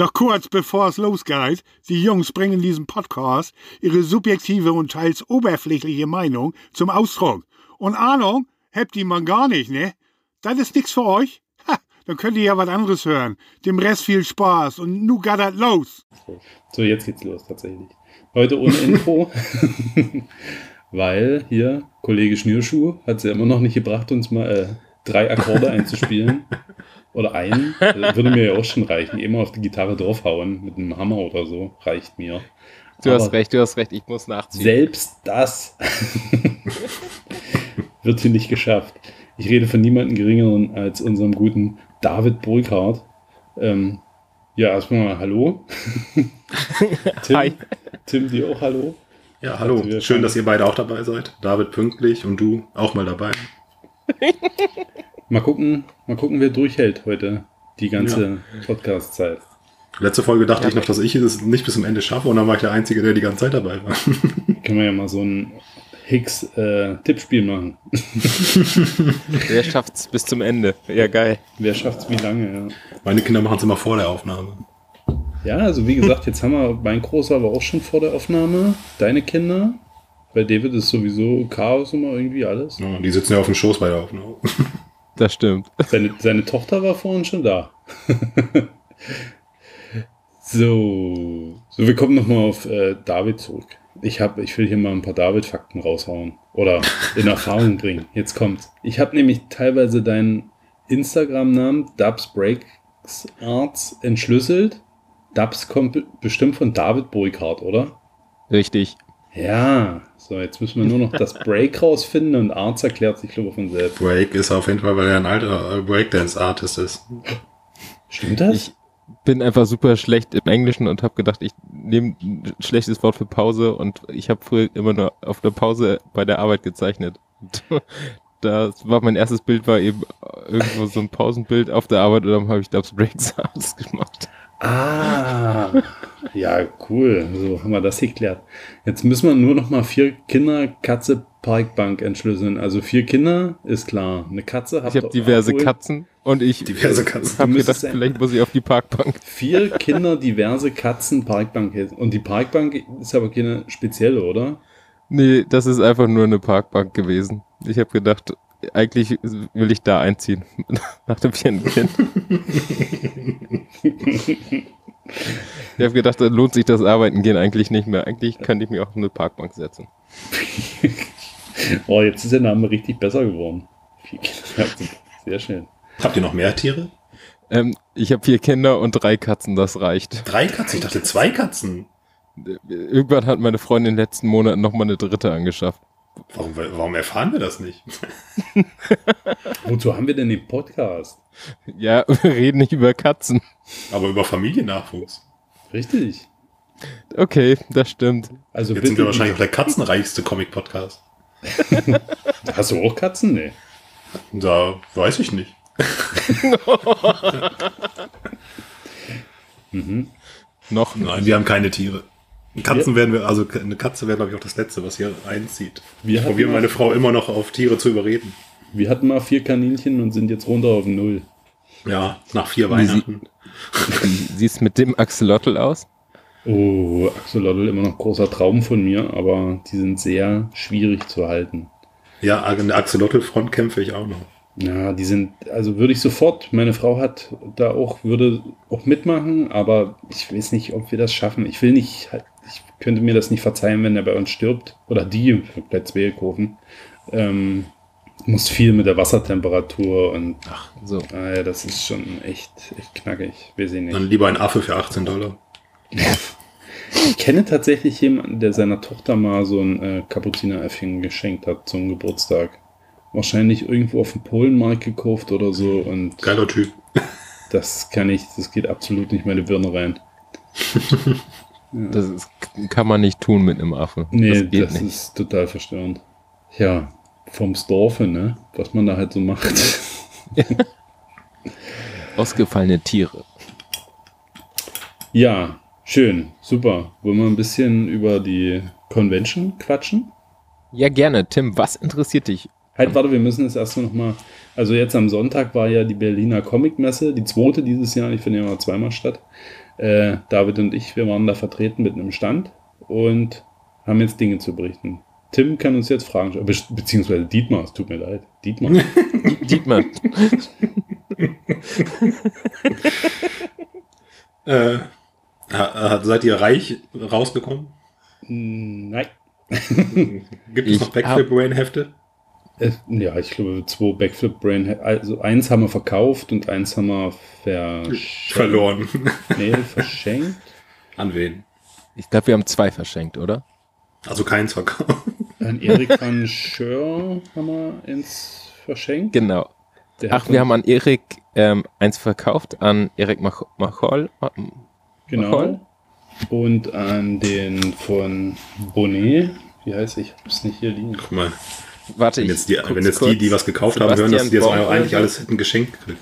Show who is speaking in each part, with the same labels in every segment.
Speaker 1: Noch kurz bevor es losgeht, die Jungs bringen in diesem Podcast ihre subjektive und teils oberflächliche Meinung zum Ausdruck. Und Ahnung habt ihr man gar nicht, ne? Das ist nix für euch? Ha, dann könnt ihr ja was anderes hören. Dem Rest viel Spaß und nu geht das los.
Speaker 2: So, jetzt geht's los tatsächlich. Heute ohne Intro, weil hier Kollege Schnürschuh hat es ja immer noch nicht gebracht, uns mal 3 Akkorde einzuspielen. Oder einen, würde mir ja auch schon reichen. Immer auf die Gitarre draufhauen mit einem Hammer oder so, reicht mir.
Speaker 3: Du hast recht, ich muss nachziehen.
Speaker 2: Selbst das wird hier nicht geschafft. Ich rede von niemandem geringeren als unserem guten David Burkhardt. Ja, erstmal hallo. Tim,
Speaker 3: Hi.
Speaker 2: Tim, dir auch hallo.
Speaker 4: Ja, hallo. Schön, dass ihr beide auch dabei seid. David pünktlich und du auch mal dabei.
Speaker 2: Mal gucken, wer durchhält heute die ganze Podcast-Zeit.
Speaker 4: Letzte Folge dachte ich noch, dass ich es nicht bis zum Ende schaffe und dann war ich der Einzige, der die ganze Zeit dabei war.
Speaker 2: Können wir ja mal so ein Hicks-Tippspiel machen.
Speaker 3: Wer schafft's bis zum Ende? Ja, geil.
Speaker 2: Wer schafft's wie lange, ja.
Speaker 4: Meine Kinder machen es immer vor der Aufnahme.
Speaker 2: Ja, also wie gesagt, jetzt haben wir, mein Großer war auch schon vor der Aufnahme. Deine Kinder? Bei David ist sowieso Chaos immer irgendwie alles.
Speaker 4: Ja, die sitzen ja auf dem Schoß bei der Aufnahme.
Speaker 3: Das stimmt.
Speaker 2: Seine Tochter war vorhin schon da. So, wir kommen nochmal auf David zurück. Ich will hier mal ein paar David-Fakten raushauen. Oder in Erfahrung bringen. Jetzt kommt's. Ich habe nämlich teilweise deinen Instagram-Namen Dubs Breaks Arts entschlüsselt. Dubs kommt bestimmt von David Burkhardt, oder?
Speaker 3: Richtig.
Speaker 2: Ja, so jetzt müssen wir nur noch das Break rausfinden und Arts erklärt sich, glaube ich, von selbst.
Speaker 4: Break ist auf jeden Fall, weil er ein alter Breakdance-Artist ist.
Speaker 2: Stimmt das?
Speaker 3: Ich bin einfach super schlecht im Englischen und habe gedacht, ich nehme ein schlechtes Wort für Pause und ich habe früher immer nur auf der Pause bei der Arbeit gezeichnet. Und das war mein erstes Bild, war eben irgendwo so ein Pausenbild auf der Arbeit und dann habe ich Dubs Breaks Arts gemacht.
Speaker 2: Ah, ja, cool. So haben wir das geklärt. Jetzt müssen wir nur noch mal 4 Kinder, Katze, Parkbank entschlüsseln. Also 4 Kinder, ist klar. Eine Katze habt
Speaker 3: Ich habe diverse Katzen und ich
Speaker 4: Diverse Katzen.
Speaker 3: habe gedacht, vielleicht muss ich auf die Parkbank.
Speaker 2: 4 Kinder, diverse Katzen, Parkbank. Und die Parkbank ist aber keine spezielle, oder?
Speaker 3: Nee, das ist einfach nur eine Parkbank gewesen. Ich habe gedacht, eigentlich will ich da einziehen. Nach dem 4. Kind. Ich habe gedacht, dann lohnt sich das Arbeiten gehen eigentlich nicht mehr. Eigentlich könnte ich mich auch auf eine Parkbank setzen.
Speaker 2: Oh, jetzt ist der Name richtig besser geworden. 4 Kinder, sehr schön.
Speaker 4: Habt ihr noch mehr Tiere?
Speaker 3: Ich habe 4 Kinder und 3 Katzen, das reicht.
Speaker 4: 3 Katzen? Ich dachte 2 Katzen.
Speaker 3: Irgendwann hat meine Freundin in den letzten Monaten nochmal eine 3. angeschafft.
Speaker 4: Warum erfahren wir das nicht?
Speaker 2: Wozu haben wir denn den Podcast?
Speaker 3: Ja, wir reden nicht über Katzen.
Speaker 4: Aber über Familiennachwuchs.
Speaker 2: Richtig.
Speaker 3: Okay, das stimmt.
Speaker 2: Also
Speaker 4: Jetzt sind wir wahrscheinlich auch der katzenreichste Comic-Podcast.
Speaker 2: Hast du auch Katzen? Nee.
Speaker 4: Da weiß ich nicht.
Speaker 3: Noch.
Speaker 4: Nein, wir haben keine Tiere. Katzen werden wir, also eine Katze wäre, glaube ich, auch das Letzte, was hier einzieht. Ich probiere meine Frau immer noch auf Tiere zu überreden.
Speaker 2: Wir hatten mal 4 Kaninchen und sind jetzt runter auf 0.
Speaker 4: Ja, nach 4 Weihnachten.
Speaker 3: Wie sieht es mit dem Axolotl aus?
Speaker 2: Oh, Axolotl immer noch großer Traum von mir, aber die sind sehr schwierig zu halten.
Speaker 4: Ja, an der Axolotl-Front kämpfe ich auch noch.
Speaker 2: Ja, die sind, also würde ich sofort, meine Frau würde auch mitmachen, aber ich weiß nicht, ob wir das schaffen. Ich könnte mir das nicht verzeihen, wenn er bei uns stirbt. Oder die, vielleicht Zweigelkofen. Muss viel mit der Wassertemperatur und
Speaker 3: So.
Speaker 2: ja, das ist schon echt knackig. Weiß ich nicht.
Speaker 4: Dann lieber ein Affe für $18.
Speaker 2: Ich kenne tatsächlich jemanden, der seiner Tochter mal so ein Kapuzineräffchen geschenkt hat zum Geburtstag. Wahrscheinlich irgendwo auf dem Polenmarkt gekauft oder so. Und
Speaker 4: Geiler Typ.
Speaker 2: das geht absolut nicht meine Birne rein.
Speaker 3: Das kann man nicht tun mit einem Affen.
Speaker 2: Nee,
Speaker 3: das geht
Speaker 2: das
Speaker 3: nicht.
Speaker 2: ist total verstörend. Ja, vom Dorfe, ne? Was man da halt so macht.
Speaker 3: Ausgefallene Tiere.
Speaker 2: Ja, schön, super. Wollen wir ein bisschen über die Convention quatschen?
Speaker 3: Ja, gerne. Tim, was interessiert dich
Speaker 2: Halt, warte, wir müssen es erst noch mal. Also jetzt am Sonntag war ja die Berliner Comicmesse, die zweite dieses Jahr. Ich finde ja mal zweimal statt. David und ich, wir waren da vertreten mit einem Stand und haben jetzt Dinge zu berichten. Tim kann uns jetzt fragen, beziehungsweise Dietmar, es tut mir leid. Dietmar.
Speaker 3: Dietmar.
Speaker 4: Seid ihr reich rausgekommen?
Speaker 2: Nein.
Speaker 4: Gibt es noch Backflip-Brain-Hefte?
Speaker 2: Ja, ich glaube 2 Backflip-Brain-Hefte. Also eins haben wir verkauft und eins haben wir
Speaker 4: verloren.
Speaker 2: Nee, verschenkt.
Speaker 4: An wen?
Speaker 3: Ich glaube, wir haben 2 verschenkt, oder?
Speaker 4: Also keins verkauft.
Speaker 2: An Erik van Schör haben wir eins verschenkt.
Speaker 3: Genau. Wir haben an Erik eins verkauft, an Erik Machol.
Speaker 2: Genau.
Speaker 3: Machol.
Speaker 2: Und an den von Bonnet. Wie heißt ich? Hab's nicht hier liegen.
Speaker 4: Guck mal.
Speaker 3: Warte,
Speaker 4: wenn jetzt die was gekauft haben, hören, dass die jetzt eigentlich alles hätten geschenkt gekriegt.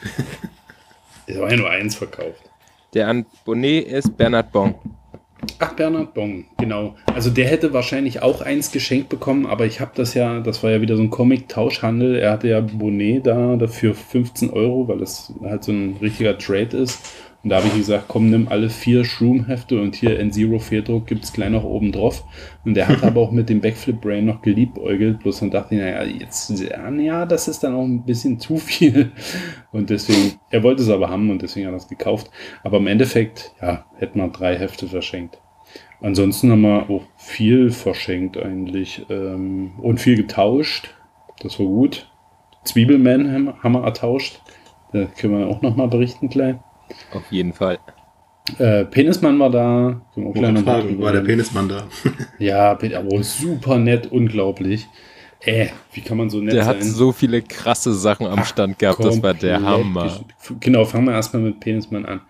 Speaker 2: Es war ja nur eins verkauft.
Speaker 3: Der an Bonnet ist Bernhard Bong.
Speaker 2: Ach, Bernhard Bong, genau. Also der hätte wahrscheinlich auch eins geschenkt bekommen, aber ich habe das war ja wieder so ein Comic-Tauschhandel. Er hatte ja Bonnet da dafür 15 €, weil das halt so ein richtiger Trade ist. Und da habe ich gesagt, komm, nimm alle 4 Shroom-Hefte und hier N-Zero Fehldruck gibt es gleich noch oben drauf. Und der hat aber auch mit dem Backflip Brain noch geliebäugelt, bloß dann dachte ich, naja, das ist dann auch ein bisschen zu viel. Und deswegen, er wollte es aber haben und deswegen hat er es gekauft. Aber im Endeffekt, ja, hätten wir 3 Hefte verschenkt. Ansonsten haben wir auch viel verschenkt eigentlich und viel getauscht. Das war gut. Zwiebelman haben wir ertauscht. Da können wir auch nochmal berichten gleich.
Speaker 3: Auf jeden Fall.
Speaker 2: Penismann war da.
Speaker 4: War der Penismann da?
Speaker 2: Ja, aber super nett, unglaublich. Wie kann man so nett sein?
Speaker 3: Der hat so viele krasse Sachen am Stand gehabt, das war der Hammer.
Speaker 2: Genau, fangen wir erstmal mit Penismann an.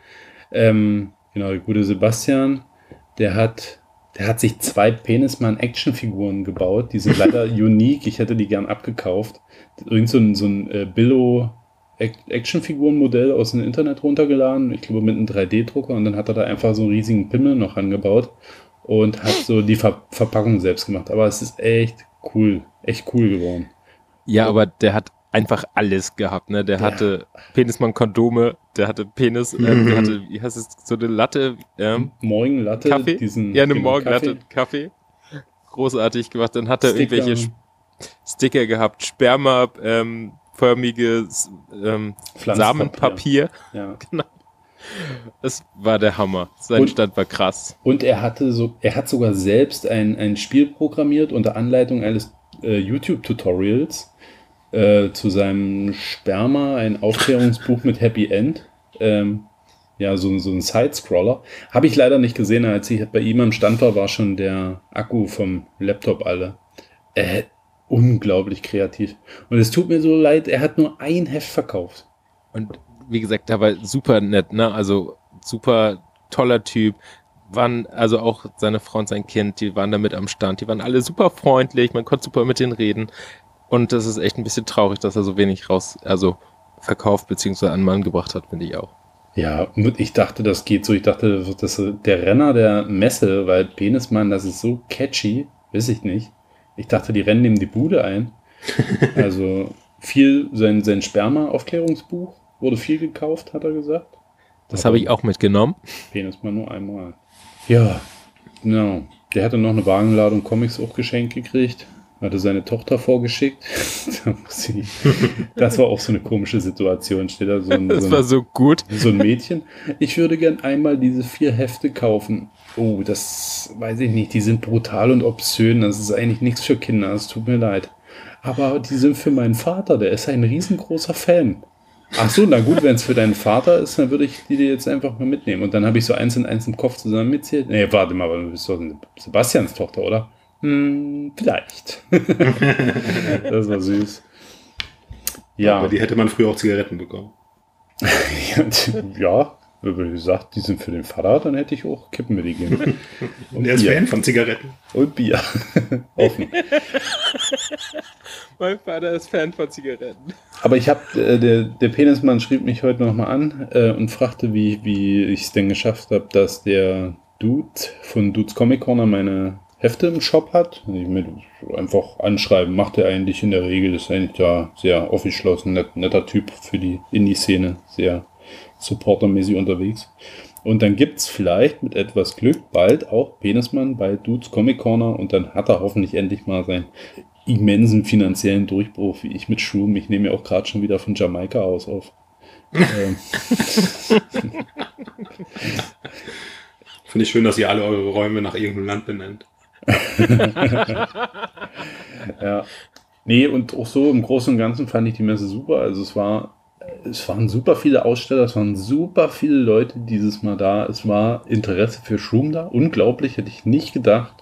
Speaker 2: Genau, der gute Sebastian, der hat sich 2 Penismann-Actionfiguren gebaut. Die sind leider unique, ich hätte die gern abgekauft. Irgend so ein Billo Actionfigurenmodell aus dem Internet runtergeladen, ich glaube mit einem 3D-Drucker, und dann hat er da einfach so einen riesigen Pimmel noch angebaut und hat so die Verpackung selbst gemacht. Aber es ist echt cool geworden.
Speaker 3: Ja, aber der hat einfach alles gehabt, ne? Der hatte Penismann-Kondome, der hatte Penis, der hatte, wie heißt es, so eine Latte,
Speaker 2: Morgenlatte,
Speaker 3: Kaffee? Eine Morgenlatte, Kaffee. Großartig gemacht. Dann hat er irgendwelche Sticker gehabt, Sperma, förmiges Samenpapier.
Speaker 2: Ja.
Speaker 3: Genau. Das war der Hammer. Sein Stand war krass.
Speaker 2: Und er hat sogar selbst ein Spiel programmiert unter Anleitung eines YouTube-Tutorials zu seinem Sperma, ein Aufklärungsbuch mit Happy End. Ja, so ein Side-Scroller. Habe ich leider nicht gesehen, als ich bei ihm am Stand war schon der Akku vom Laptop alle. Unglaublich kreativ. Und es tut mir so leid, er hat nur ein Heft verkauft.
Speaker 3: Und wie gesagt, der war super nett, ne? Also super toller Typ. Also auch seine Frau und sein Kind, die waren da mit am Stand. Die waren alle super freundlich, man konnte super mit denen reden. Und das ist echt ein bisschen traurig, dass er so wenig verkauft bzw. an den Mann gebracht hat, finde ich auch.
Speaker 2: Ja, und ich dachte, das geht so. Ich dachte, das der Renner der Messe, weil Penismann, das ist so catchy, weiß ich nicht. Ich dachte, die rennen ihm die Bude ein. Also viel, sein Sperma-Aufklärungsbuch wurde viel gekauft, hat er gesagt.
Speaker 3: Das habe ich auch mitgenommen.
Speaker 2: Penismann nur einmal. Ja, genau. Der hatte noch eine Wagenladung Comics auch geschenkt gekriegt. Hatte seine Tochter vorgeschickt. Das war auch so eine komische Situation. Steht da
Speaker 3: war so gut.
Speaker 2: So ein Mädchen. Ich würde gern einmal diese 4 Hefte kaufen. Oh, das weiß ich nicht. Die sind brutal und obszön. Das ist eigentlich nichts für Kinder. Es tut mir leid. Aber die sind für meinen Vater. Der ist ein riesengroßer Fan. Ach so, na gut, wenn es für deinen Vater ist, dann würde ich die dir jetzt einfach mal mitnehmen. Und dann habe ich so eins und eins im Kopf zusammen mitzählt. Nee, warte mal, du bist doch Sebastians Tochter, oder? Vielleicht. Das war süß. Ja.
Speaker 4: Aber die hätte man früher auch Zigaretten bekommen.
Speaker 2: Ja, wenn gesagt, die sind für den Vater, dann hätte ich auch Kippen mit gegeben.
Speaker 4: Und er ist Fan von Zigaretten.
Speaker 2: Und Bier. Offen.
Speaker 3: Mein Vater ist Fan von Zigaretten.
Speaker 2: Aber ich habe, der Penismann schrieb mich heute nochmal an und fragte, wie ich es denn geschafft habe, dass der Dude von Dudes Comic Corner, meine Hefte im Shop hat. Einfach anschreiben, macht er eigentlich in der Regel, ist eigentlich da sehr aufgeschlossen, netter Typ für die Indie-Szene, sehr supportermäßig unterwegs. Und dann gibt es vielleicht mit etwas Glück bald auch Penismann bei Dudes Comic Corner und dann hat er hoffentlich endlich mal seinen immensen finanziellen Durchbruch, wie ich mit Shroom. Ich nehme ja auch gerade schon wieder von Jamaika aus auf.
Speaker 4: Finde ich schön, dass ihr alle eure Räume nach irgendeinem Land benennt.
Speaker 2: Ja. Nee, und auch so im Großen und Ganzen fand ich die Messe super. Also es waren super viele Aussteller, es waren super viele Leute dieses Mal da. Es war Interesse für Shroom da. Unglaublich, hätte ich nicht gedacht.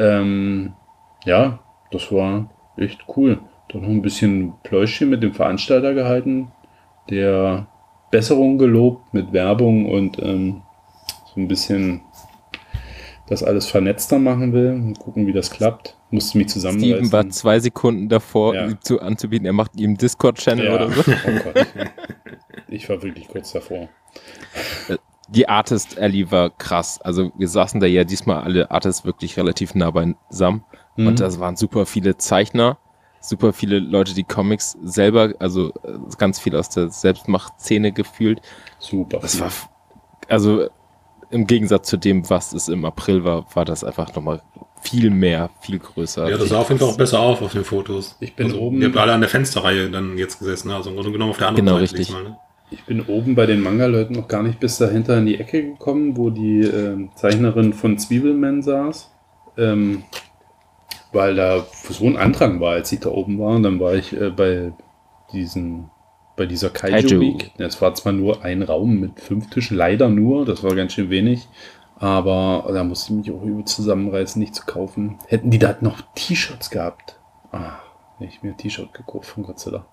Speaker 2: Ja, das war echt cool. Dann noch ein bisschen Pläuschchen mit dem Veranstalter gehalten, der Besserung gelobt mit Werbung und so ein bisschen das alles vernetzter machen will und gucken, wie das klappt. Musste mich zusammenreißen.
Speaker 3: Steven war 2 Sekunden davor, ihm anzubieten, er macht ihm Discord-Channel oder so. Oh Gott.
Speaker 2: Ich war wirklich kurz davor.
Speaker 3: Die Artist Alley war krass. Also wir saßen da ja diesmal alle Artists wirklich relativ nah beisammen. Und das waren super viele Zeichner, super viele Leute, die Comics selber, also ganz viel aus der Selbstmacht-Szene gefühlt.
Speaker 2: Super.
Speaker 3: Das war, also im Gegensatz zu dem, was es im April war das einfach nochmal viel mehr, viel größer.
Speaker 4: Ja, das sah auf jeden Fall auch besser auf den Fotos.
Speaker 2: Ich bin oben.
Speaker 4: Wir haben alle an der Fensterreihe dann jetzt gesessen, also im Grunde genommen auf der anderen
Speaker 3: Seite.
Speaker 4: Richtig.
Speaker 3: Mal, ne?
Speaker 2: Ich bin oben bei den Manga-Leuten noch gar nicht bis dahinter in die Ecke gekommen, wo die Zeichnerin von Zwiebelman saß. Weil da so ein Andrang war, als ich da oben war. Und dann war ich bei dieser Kaiju Week. Es war zwar nur ein Raum mit 5 Tischen, leider nur, das war ganz schön wenig. Aber da musste ich mich auch übel zusammenreißen, nicht zu kaufen. Hätten die da noch T-Shirts gehabt? Hätte ich mir ein T-Shirt gekauft von Godzilla.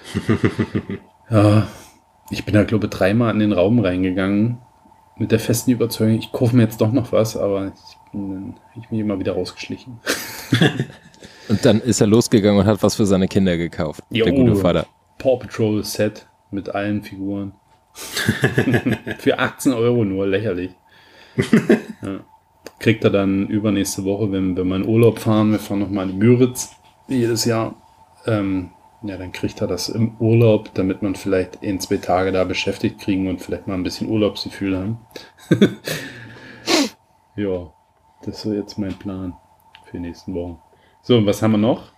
Speaker 2: Ja, ich bin da, glaube ich, 3-mal in den Raum reingegangen mit der festen Überzeugung, ich kaufe mir jetzt doch noch was, aber dann habe ich mich immer wieder rausgeschlichen.
Speaker 3: Und dann ist er losgegangen und hat was für seine Kinder gekauft. Der gute Vater.
Speaker 2: Paw Patrol Set mit allen Figuren. Für 18 € nur, lächerlich. Ja. Kriegt er dann übernächste Woche, wenn wir mal in Urlaub fahren. Wir fahren nochmal in die Müritz jedes Jahr. Dann kriegt er das im Urlaub, damit man vielleicht 1-2 Tage da beschäftigt kriegen und vielleicht mal ein bisschen Urlaubsgefühl haben. Ja, das ist jetzt mein Plan für die nächsten Wochen. So, und was haben wir noch?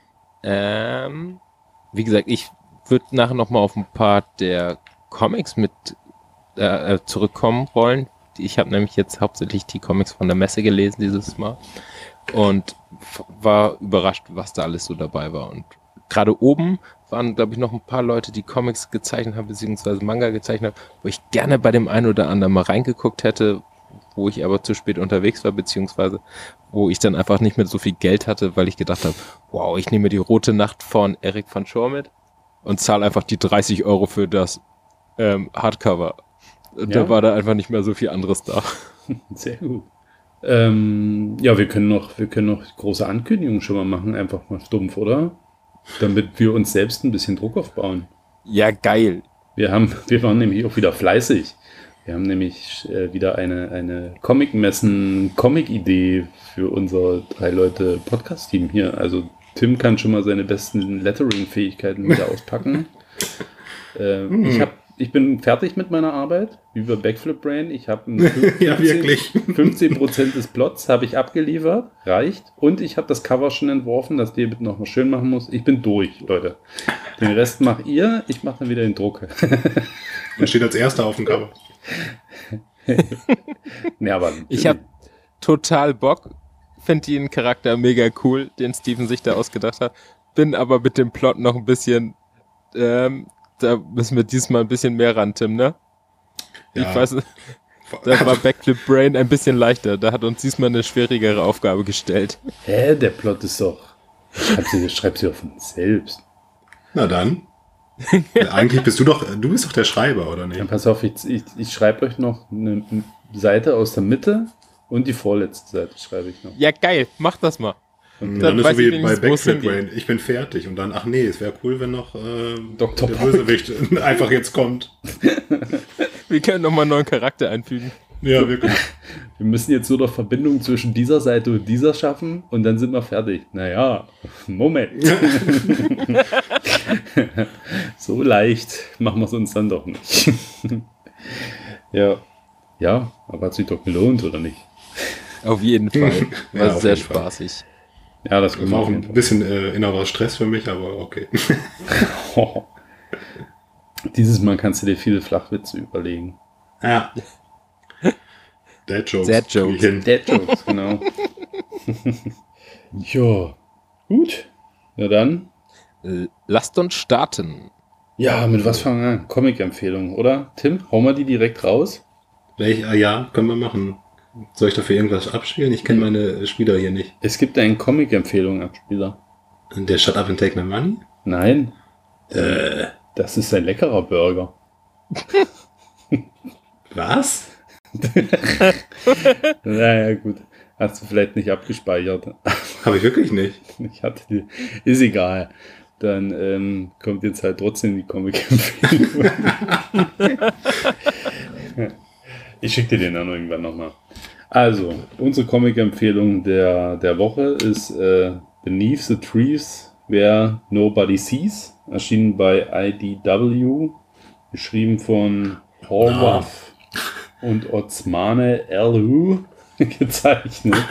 Speaker 3: Wie gesagt, ich würde nachher nochmal auf ein paar der Comics mit zurückkommen wollen. Ich habe nämlich jetzt hauptsächlich die Comics von der Messe gelesen dieses Mal und war überrascht, was da alles so dabei war. Und gerade oben waren, glaube ich, noch ein paar Leute, die Comics gezeichnet haben, beziehungsweise Manga gezeichnet haben, wo ich gerne bei dem einen oder anderen mal reingeguckt hätte, wo ich aber zu spät unterwegs war, beziehungsweise wo ich dann einfach nicht mehr so viel Geld hatte, weil ich gedacht habe, wow, ich nehme die Rote Nacht von Eric van Schoor mit und zahle einfach die 30 € für das Hardcover. Und da war da einfach nicht mehr so viel anderes da.
Speaker 2: Sehr gut. Wir können noch große Ankündigungen schon mal machen, einfach mal stumpf, oder? Damit wir uns selbst ein bisschen Druck aufbauen.
Speaker 3: Ja, geil.
Speaker 2: Wir waren nämlich auch wieder fleißig. Wir haben nämlich wieder eine Comic-Messen-Comic-Idee für unser 3-Leute-Podcast-Team hier. Also Tim kann schon mal seine besten Lettering-Fähigkeiten wieder auspacken. Ich bin fertig mit meiner Arbeit, wie bei Backflip Brain. Ich habe 15% des Plots habe ich abgeliefert, reicht. Und ich habe das Cover schon entworfen, das David noch mal schön machen muss. Ich bin durch, Leute. Den Rest macht ihr, ich mache dann wieder den Druck.
Speaker 4: Er steht als Erster auf dem Cover.
Speaker 2: Ja, aber
Speaker 3: ich habe total Bock, finde den Charakter mega cool, den Steven sich da ausgedacht hat. Bin aber mit dem Plot noch ein bisschen... da müssen wir diesmal ein bisschen mehr ran, Tim, ne? Ja. Ich weiß, da war Backflip Brain ein bisschen leichter. Da hat uns diesmal eine schwierigere Aufgabe gestellt.
Speaker 2: Der Plot ist doch... Schreib sie doch von selbst.
Speaker 4: Na dann. Eigentlich bist du bist doch der Schreiber, oder nicht?
Speaker 2: Dann pass auf, ich schreibe euch noch eine Seite aus der Mitte und die vorletzte Seite schreibe ich noch.
Speaker 3: Ja, geil. Mach das mal.
Speaker 4: Dann ist so wie bei Backflip Brain. Ich bin fertig. Und dann, ach nee, es wäre cool, wenn noch
Speaker 2: Dr.
Speaker 4: der Bösewicht einfach jetzt kommt.
Speaker 3: Wir können nochmal einen neuen Charakter einfügen.
Speaker 4: Ja, wirklich.
Speaker 2: wir müssen jetzt nur noch Verbindung zwischen dieser Seite und dieser schaffen und dann sind wir fertig. Naja, Moment. So leicht machen wir es uns dann doch nicht. Ja, aber hat sich doch gelohnt, oder nicht?
Speaker 3: Auf jeden Fall. War
Speaker 4: Ja,
Speaker 3: sehr
Speaker 4: auf jeden Fall.
Speaker 3: spaßig.
Speaker 2: Ja, das
Speaker 4: Das war auch ein bisschen innerer Stress für mich, aber okay.
Speaker 2: Dieses Mal kannst du dir viele Flachwitze überlegen.
Speaker 4: Ja. Dad Jokes.
Speaker 3: Dad Jokes.
Speaker 2: Dead Jokes, genau. Ja, gut. Na dann.
Speaker 3: Lasst uns starten.
Speaker 2: Ja, mit was fangen wir an? Comic-Empfehlung, oder? Tim, hau mal die direkt raus.
Speaker 4: Ja, können wir machen. Soll ich dafür irgendwas abspielen? Ich kenne meine Spieler hier nicht.
Speaker 2: Es gibt einen Comic-Empfehlung-Abspieler.
Speaker 4: Der Shut Up and Take My Money?
Speaker 2: Nein. Das ist ein leckerer Burger.
Speaker 4: Was?
Speaker 2: Naja, gut. Hast du vielleicht nicht abgespeichert.
Speaker 4: Habe ich wirklich nicht.
Speaker 2: Ich hatte die. Ist egal. Dann kommt jetzt halt trotzdem die Comic-Empfehlung. Ich schicke dir den dann irgendwann nochmal. Also, unsere Comic-Empfehlung der Woche ist Beneath the Trees Where Nobody Sees, erschienen bei IDW, geschrieben von Horvath und Otsmane Elhu, gezeichnet.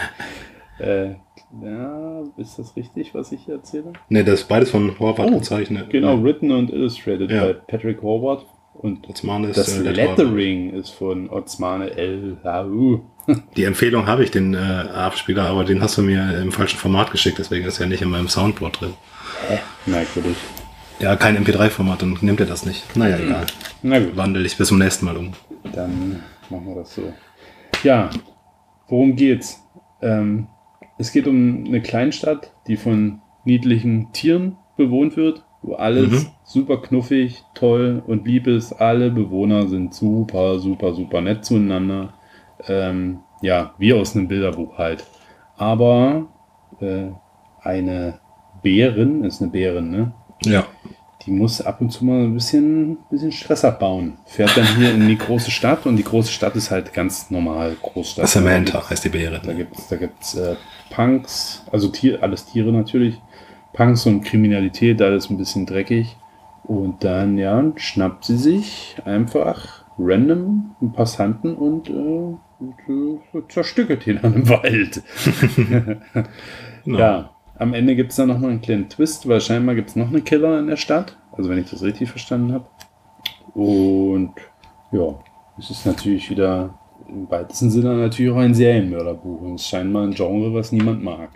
Speaker 2: Ja, ist das richtig, was ich hier erzähle?
Speaker 4: Ne, das ist beides von Horvath gezeichnet.
Speaker 2: Genau, written und illustrated
Speaker 4: Ja.
Speaker 2: bei Patrick Horvath. Und
Speaker 4: Otsmane ist
Speaker 2: das
Speaker 4: der
Speaker 2: Lettering ist von Otsmane Elhu.
Speaker 4: Die Empfehlung habe ich, den Abspieler, aber den hast du mir im falschen Format geschickt, deswegen ist er nicht in meinem Soundboard drin.
Speaker 2: Merkwürdig.
Speaker 4: Ja, kein MP3-Format, dann nimmt er das nicht. Naja, egal.
Speaker 2: Na gut,
Speaker 4: Wandel ich bis zum nächsten Mal um.
Speaker 2: dann machen wir das so. Ja, worum geht's? Es geht um eine Kleinstadt, die von niedlichen Tieren bewohnt wird, wo alles super knuffig, toll und lieb ist. Alle Bewohner sind super, super, super nett zueinander. Ja, wie aus einem Bilderbuch halt. Aber eine Bärin, ist eine Bärin, ne?
Speaker 4: Ja.
Speaker 2: Die muss ab und zu mal ein bisschen Stress abbauen. Fährt dann hier in die große Stadt und die große Stadt ist halt ganz normal Großstadt.
Speaker 4: Samantha heißt die Bäre.
Speaker 2: Da gibt's Punks, also alles Tiere natürlich. Punks und Kriminalität, alles ein bisschen dreckig. Und dann, ja, schnappt sie sich einfach random einen Passanten und zerstückelt ihn dann im Wald.
Speaker 4: Genau.
Speaker 2: Ja, am Ende gibt es dann nochmal einen kleinen Twist, weil scheinbar gibt es noch einen Killer in der Stadt. Also wenn ich das richtig verstanden habe. Und ja, es ist natürlich wieder im weitesten Sinne natürlich auch ein Serienmörderbuch. Und es ist scheinbar ein Genre, was niemand mag.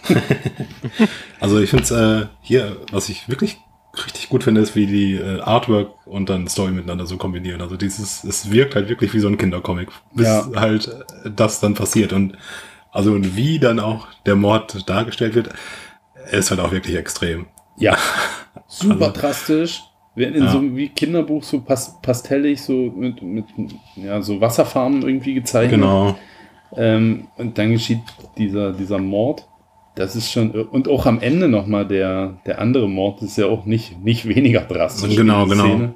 Speaker 4: Also ich finde es hier, was ich wirklich richtig gut finde, ist, wie die Artwork und dann Story miteinander so kombinieren. Also es wirkt halt wirklich wie so ein Kindercomic, bis halt das dann passiert. Und also und wie dann auch der Mord dargestellt wird, ist halt auch wirklich extrem.
Speaker 2: Ja, super drastisch. Werden in so wie Kinderbuch so pastellig, so mit ja, so Wasserfarben irgendwie gezeichnet.
Speaker 4: Genau.
Speaker 2: Und dann geschieht dieser Mord. Das ist schon, und auch am Ende nochmal der andere Mord ist ja auch nicht weniger drastisch.
Speaker 4: Genau.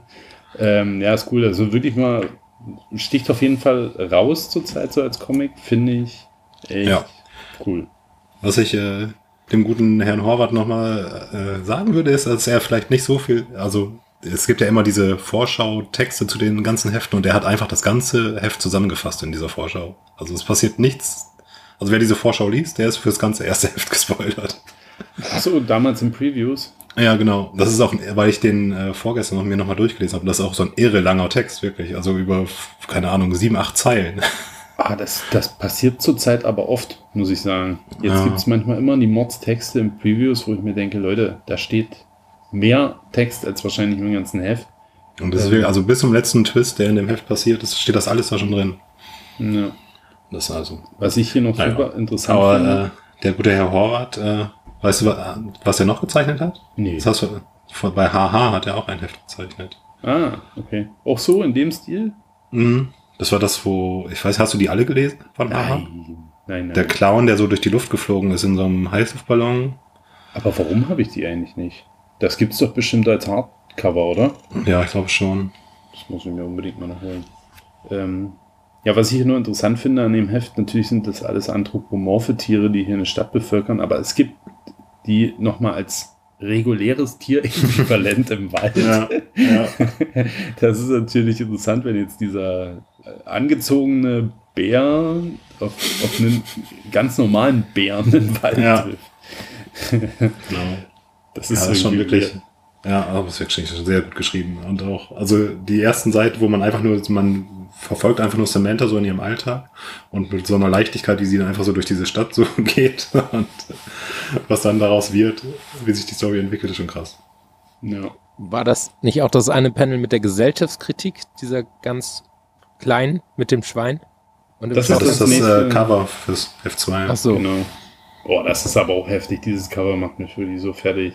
Speaker 2: Ja, ist cool. Also wirklich mal, sticht auf jeden Fall raus zurzeit so als Comic, finde ich echt cool.
Speaker 4: Was ich dem guten Herrn Horvath nochmal sagen würde, ist, dass er vielleicht nicht so viel, also es gibt ja immer diese Vorschau-Texte zu den ganzen Heften und er hat einfach das ganze Heft zusammengefasst in dieser Vorschau. Also es passiert nichts. Also wer diese Vorschau liest, der ist fürs ganze erste Heft gespoilert.
Speaker 2: Achso, damals in Previews.
Speaker 4: Ja, genau. Das ist auch, weil ich den vorgestern mir nochmal durchgelesen habe, das ist auch so ein irre langer Text, wirklich. Also über, keine Ahnung, 7, 8 Zeilen.
Speaker 2: Das passiert zurzeit aber oft, muss ich sagen. Jetzt gibt es manchmal immer die Mordstexte in Previews, wo ich mir denke, Leute, da steht mehr Text als wahrscheinlich im ganzen Heft.
Speaker 4: Und das ist wirklich, also bis zum letzten Twist, der in dem Heft passiert, steht das alles da schon drin.
Speaker 2: Ja.
Speaker 4: Das also.
Speaker 2: Was ich hier noch super interessant finde.
Speaker 4: Aber der gute Herr Horvath, weißt du, was er noch gezeichnet hat?
Speaker 2: Nee.
Speaker 4: Das hast du, bei HH hat er auch ein Heft gezeichnet.
Speaker 2: Ah, okay. Auch so in dem Stil?
Speaker 4: Mhm. Das war das, wo, ich weiß, hast du die alle gelesen von HH?
Speaker 2: Nein.
Speaker 4: Der Clown, der so durch die Luft geflogen ist in so einem Heißluftballon.
Speaker 2: Aber warum habe ich die eigentlich nicht? Das gibt's doch bestimmt als Hardcover, oder?
Speaker 4: Ja, ich glaube schon.
Speaker 2: Das muss ich mir unbedingt mal noch holen. Ja, was ich hier nur interessant finde an dem Heft, natürlich sind das alles anthropomorphe Tiere, die hier eine Stadt bevölkern, aber es gibt die nochmal als reguläres Tier äquivalent im Wald.
Speaker 4: Ja.
Speaker 2: Das ist natürlich interessant, wenn jetzt dieser angezogene Bär auf einen ganz normalen Bären im Wald trifft.
Speaker 4: Genau. Das ist schon wirklich... Ja, aber es ist wirklich sehr gut geschrieben. Und auch, also die ersten Seiten, wo man verfolgt einfach nur Samantha so in ihrem Alltag und mit so einer Leichtigkeit, wie sie dann einfach so durch diese Stadt so geht und was dann daraus wird, wie sich die Story entwickelt, ist schon krass.
Speaker 2: Ja.
Speaker 3: War das nicht auch das eine Panel mit der Gesellschaftskritik, dieser ganz kleinen mit dem Schwein? Und
Speaker 2: Das
Speaker 4: ist das
Speaker 2: nächste
Speaker 4: Cover fürs F2.
Speaker 3: Ach so.
Speaker 2: Genau. Boah, das ist aber auch heftig. Dieses Cover macht mich wirklich so fertig.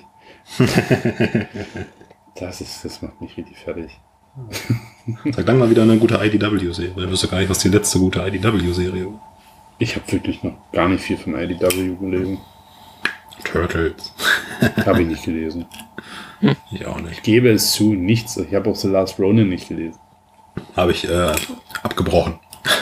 Speaker 2: Das macht mich richtig fertig.
Speaker 4: Sag dann mal wieder eine gute IDW-Serie. Du wüsstest gar nicht, was die letzte gute IDW-Serie war.
Speaker 2: Ich habe wirklich noch gar nicht viel von IDW gelesen.
Speaker 4: Turtles.
Speaker 2: Habe ich nicht gelesen.
Speaker 4: Ich auch nicht.
Speaker 2: Ich gebe es zu, nichts. Ich habe auch The Last Ronin nicht gelesen.
Speaker 4: Habe ich abgebrochen.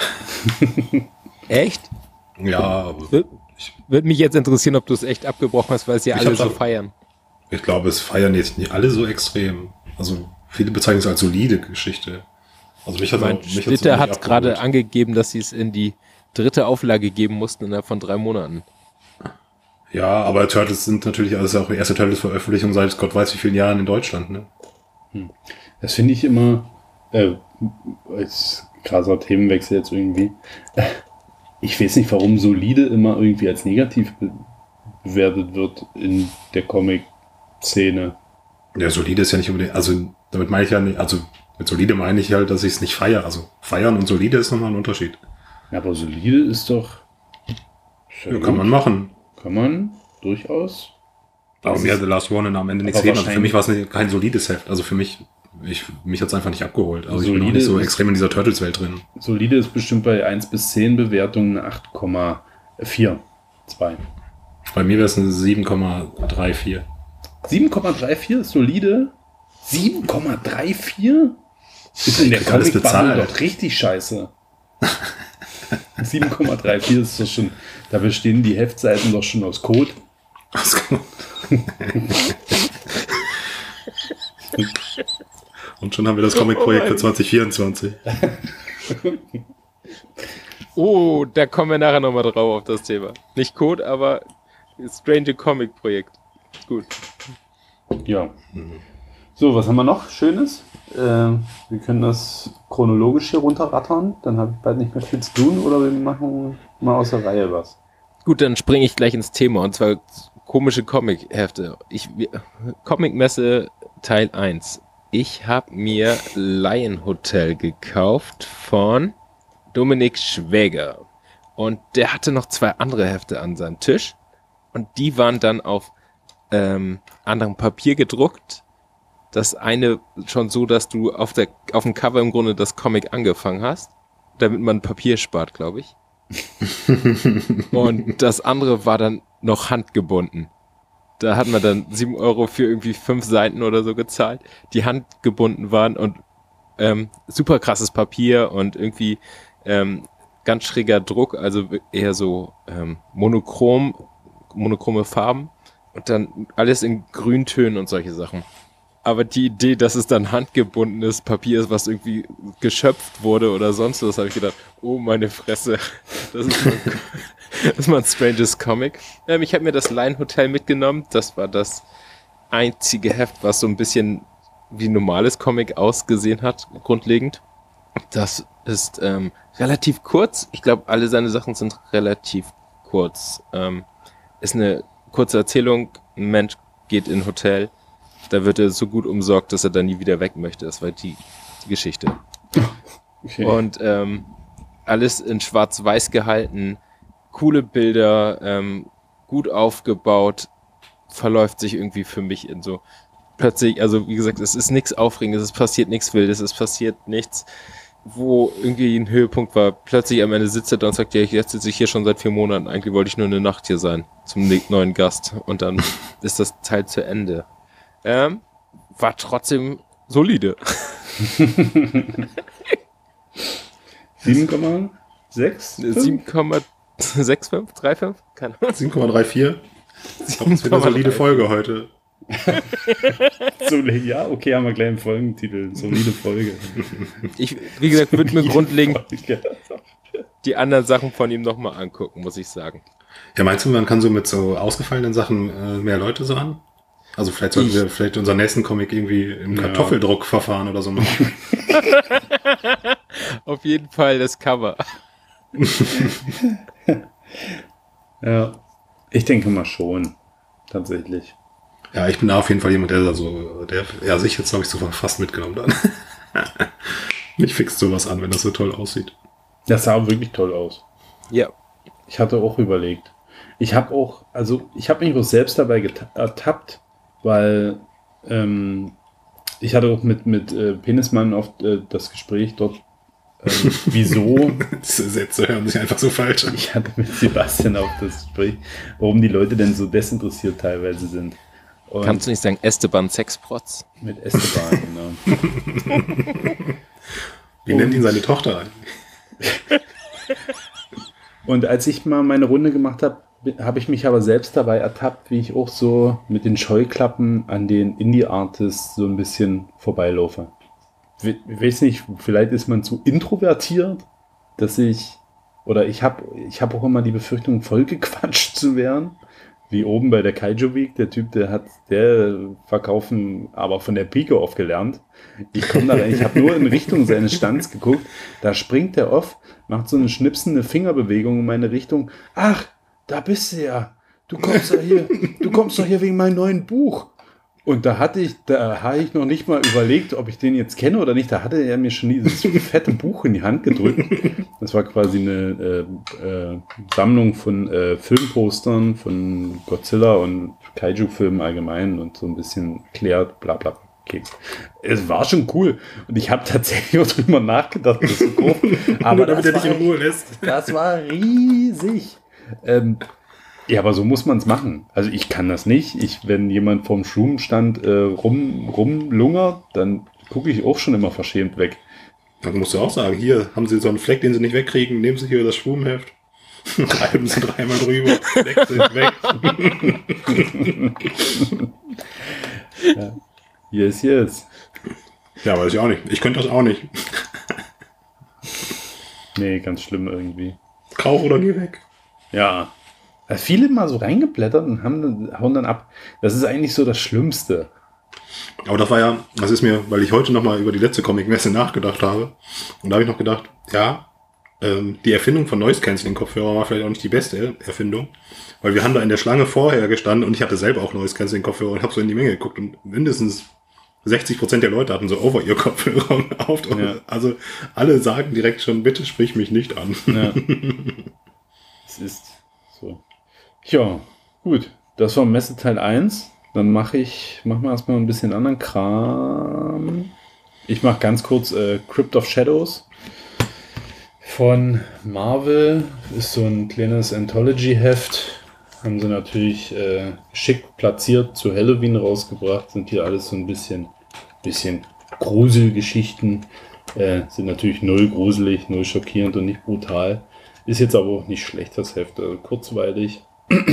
Speaker 3: Echt?
Speaker 4: Ja, aber
Speaker 3: Würde mich jetzt interessieren, ob du es echt abgebrochen hast, weil es ja
Speaker 4: Ich
Speaker 3: alle
Speaker 4: hab's
Speaker 3: so
Speaker 4: ab-
Speaker 3: feiern.
Speaker 4: ich glaube, es feiern jetzt nicht alle so extrem. Also viele bezeichnen es als solide Geschichte. Also mich hat
Speaker 3: Mein Splitter hat gerade angegeben, dass sie es in die 3. Auflage geben mussten innerhalb von 3 Monaten.
Speaker 4: Ja, aber Turtles sind natürlich alles auch die erste Turtles-Veröffentlichung seit Gott weiß wie vielen Jahren in Deutschland, ne?
Speaker 2: Das finde ich immer, als krasser Themenwechsel jetzt irgendwie. Ich weiß nicht, warum solide immer irgendwie als negativ bewertet wird in der Comic-Szene.
Speaker 4: Ja, solide ist ja nicht unbedingt, also damit meine ich ja nicht, also mit solide meine ich halt, dass ich es nicht feiere. Also feiern und solide ist nochmal ein Unterschied.
Speaker 2: Ja, aber solide ist doch...
Speaker 4: Ja, kann man machen.
Speaker 2: Kann man, durchaus.
Speaker 4: Aber
Speaker 2: Das
Speaker 4: mir
Speaker 2: ist-
Speaker 4: hat The Last One am Ende nichts
Speaker 2: aber
Speaker 4: gegeben. Also für mich war es kein solides Heft. Also für mich, mich hat es einfach nicht abgeholt. Also ich bin auch
Speaker 2: Solide
Speaker 4: nicht so
Speaker 2: ist-
Speaker 4: extrem in dieser Turtles-Welt drin.
Speaker 2: Solide ist bestimmt bei 1 bis 10 Bewertungen eine 8,42.
Speaker 4: Bei mir wäre es eine 7,34.
Speaker 2: 7,34 ist solide? 7,34? Ist in der
Speaker 4: krieg alles
Speaker 2: Comic-Bubble
Speaker 4: bezahlt.
Speaker 2: doch richtig scheiße. 7,34 ist doch schon, da bestehen die Heftseiten doch schon aus Code.
Speaker 4: Und schon haben wir das Comic-Projekt für 2024.
Speaker 3: Oh, da kommen wir nachher nochmal drauf auf das Thema. Nicht Code, aber Strange Comic Projekt. Gut.
Speaker 2: Ja. So, was haben wir noch Schönes? Wir können das chronologisch hier runterrattern, dann habe ich bald nicht mehr viel zu tun, oder wir machen mal aus der Reihe was.
Speaker 3: Gut, dann springe ich gleich ins Thema, und zwar komische Comic-Hefte. Comic-Messe Teil 1. Ich habe mir Lion Hotel gekauft von Dominik Schwäger. Und der hatte noch 2 andere Hefte an seinem Tisch. Und die waren dann auf anderem Papier gedruckt. Das eine schon so, dass du auf dem Cover im Grunde das Comic angefangen hast, damit man Papier spart, glaube ich. Und das andere war dann noch handgebunden. Da hat man dann 7 € für irgendwie 5 Seiten oder so gezahlt, die handgebunden waren, und super krasses Papier und irgendwie ganz schräger Druck, also eher so monochrome Farben und dann alles in Grüntönen und solche Sachen. Aber die Idee, dass es dann handgebundenes Papier ist, was irgendwie geschöpft wurde oder sonst was, habe ich gedacht, oh meine Fresse, das ist mal ein stranges Comic. Ich habe mir das Lion Hotel mitgenommen, das war das einzige Heft, was so ein bisschen wie ein normales Comic ausgesehen hat, grundlegend. Das ist relativ kurz, ich glaube alle seine Sachen sind relativ kurz. Ist eine kurze Erzählung, ein Mensch geht in ein Hotel, da wird er so gut umsorgt, dass er dann nie wieder weg möchte. Das war die Geschichte.
Speaker 2: Okay.
Speaker 3: Und alles in schwarz-weiß gehalten, coole Bilder, gut aufgebaut, verläuft sich irgendwie für mich in so plötzlich, also wie gesagt, es ist nichts Aufregendes, es passiert nichts Wildes, es passiert nichts, wo irgendwie ein Höhepunkt war. Plötzlich am Ende sitzt er da und sagt, ja, jetzt sitze ich hier schon seit 4 Monaten, eigentlich wollte ich nur eine Nacht hier sein, zum neuen Gast. Und dann ist das Teil zu Ende. War trotzdem solide.
Speaker 2: 7,6?
Speaker 3: 7,65? 35? Keine Ahnung.
Speaker 4: 7,34. Ich glaube, das wird eine solide Folge heute.
Speaker 2: Ja, okay, haben wir gleich einen Folgentitel. Solide Folge.
Speaker 3: Ich, wie gesagt, würde mir grundlegend die anderen Sachen von ihm nochmal angucken, muss ich sagen.
Speaker 4: Ja, meinst du, man kann so mit so ausgefallenen Sachen mehr Leute so an? Also vielleicht sollten wir vielleicht unseren nächsten Comic irgendwie im Kartoffeldruckverfahren oder so machen.
Speaker 3: Auf jeden Fall das Cover.
Speaker 2: Ja, ich denke mal schon. Tatsächlich.
Speaker 4: Ja, ich bin da auf jeden Fall jemand, der sich jetzt, glaube ich, so fast mitgenommen hat. Mich fixt sowas an, wenn das so toll aussieht.
Speaker 2: Das sah wirklich toll aus.
Speaker 3: Ja.
Speaker 2: Ich hatte auch überlegt. Ich habe mich auch selbst dabei ertappt, weil ich hatte auch mit Penismann oft das Gespräch dort, wieso.
Speaker 4: Diese Sätze hören sich einfach so falsch an.
Speaker 2: Ich hatte mit Sebastian auch das Gespräch, warum die Leute denn so desinteressiert teilweise sind. Und
Speaker 3: kannst du nicht sagen Esteban Sexprotz?
Speaker 2: Mit Esteban, genau.
Speaker 4: Wie nennt ihn seine Tochter an?
Speaker 2: Und als ich mal meine Runde gemacht habe, habe ich mich aber selbst dabei ertappt, wie ich auch so mit den Scheuklappen an den Indie-Artists so ein bisschen vorbeilaufe. Ich weiß nicht, vielleicht ist man zu introvertiert, dass ich habe auch immer die Befürchtung, vollgequatscht zu werden. Wie oben bei der Kaiju Week, der Typ, der verkaufen aber von der Pike auf gelernt. Ich komme da rein, ich habe nur in Richtung seines Stands geguckt, da springt der auf, macht so eine schnipsende Fingerbewegung in meine Richtung. Ach, da bist du ja. Du kommst doch hier wegen meinem neuen Buch. Und da habe ich noch nicht mal überlegt, ob ich den jetzt kenne oder nicht. Da hatte er mir schon dieses fette Buch in die Hand gedrückt. Das war quasi eine Sammlung von Filmpostern von Godzilla und Kaiju-Filmen allgemein und so ein bisschen erklärt, bla bla. Okay. Es war schon cool. Und ich habe tatsächlich auch drüber nachgedacht, das zu kaufen. Aber
Speaker 4: damit er dich in Ruhe lässt.
Speaker 2: Das war riesig. Ja, aber so muss man es machen. Also ich kann das nicht. Wenn jemand vom Schrumenstand rumlungert, dann gucke ich auch schon immer verschämt weg.
Speaker 4: Dann musst du auch sagen, hier haben sie so einen Fleck, den sie nicht wegkriegen, nehmen sie hier das Schrumenheft, reiben sie dreimal drüber, weg sind weg.
Speaker 2: Ja. Yes.
Speaker 4: Ja, weiß ich auch nicht. Ich könnte das auch nicht.
Speaker 2: Nee, ganz schlimm irgendwie.
Speaker 4: Kauf oder geh weg.
Speaker 2: Ja. Viele mal so reingeblättert und hauen dann ab. Das ist eigentlich so das Schlimmste.
Speaker 4: Aber das ist mir, weil ich heute nochmal über die letzte Comic-Messe nachgedacht habe. Und da habe ich noch gedacht, ja, die Erfindung von Noise-Canceling-Kopfhörer war vielleicht auch nicht die beste Erfindung. Weil wir haben da in der Schlange vorher gestanden und ich hatte selber auch Noise-Canceling-Kopfhörer und habe so in die Menge geguckt und mindestens 60% der Leute hatten so Over-Ear-Kopfhörer auf. Ja. Also alle sagen direkt schon, bitte sprich mich nicht an.
Speaker 2: Ja. Es ist so. Ja, gut. Das war Messeteil 1. Dann machen wir erstmal ein bisschen anderen Kram. Ich mache ganz kurz Crypt of Shadows von Marvel. Ist so ein kleines Anthology-Heft. Haben sie natürlich schick platziert zu Halloween rausgebracht. Sind hier alles so ein bisschen Gruselgeschichten. Sind natürlich null gruselig, null schockierend und nicht brutal. Ist jetzt aber auch nicht schlecht, das Heft. Also kurzweilig.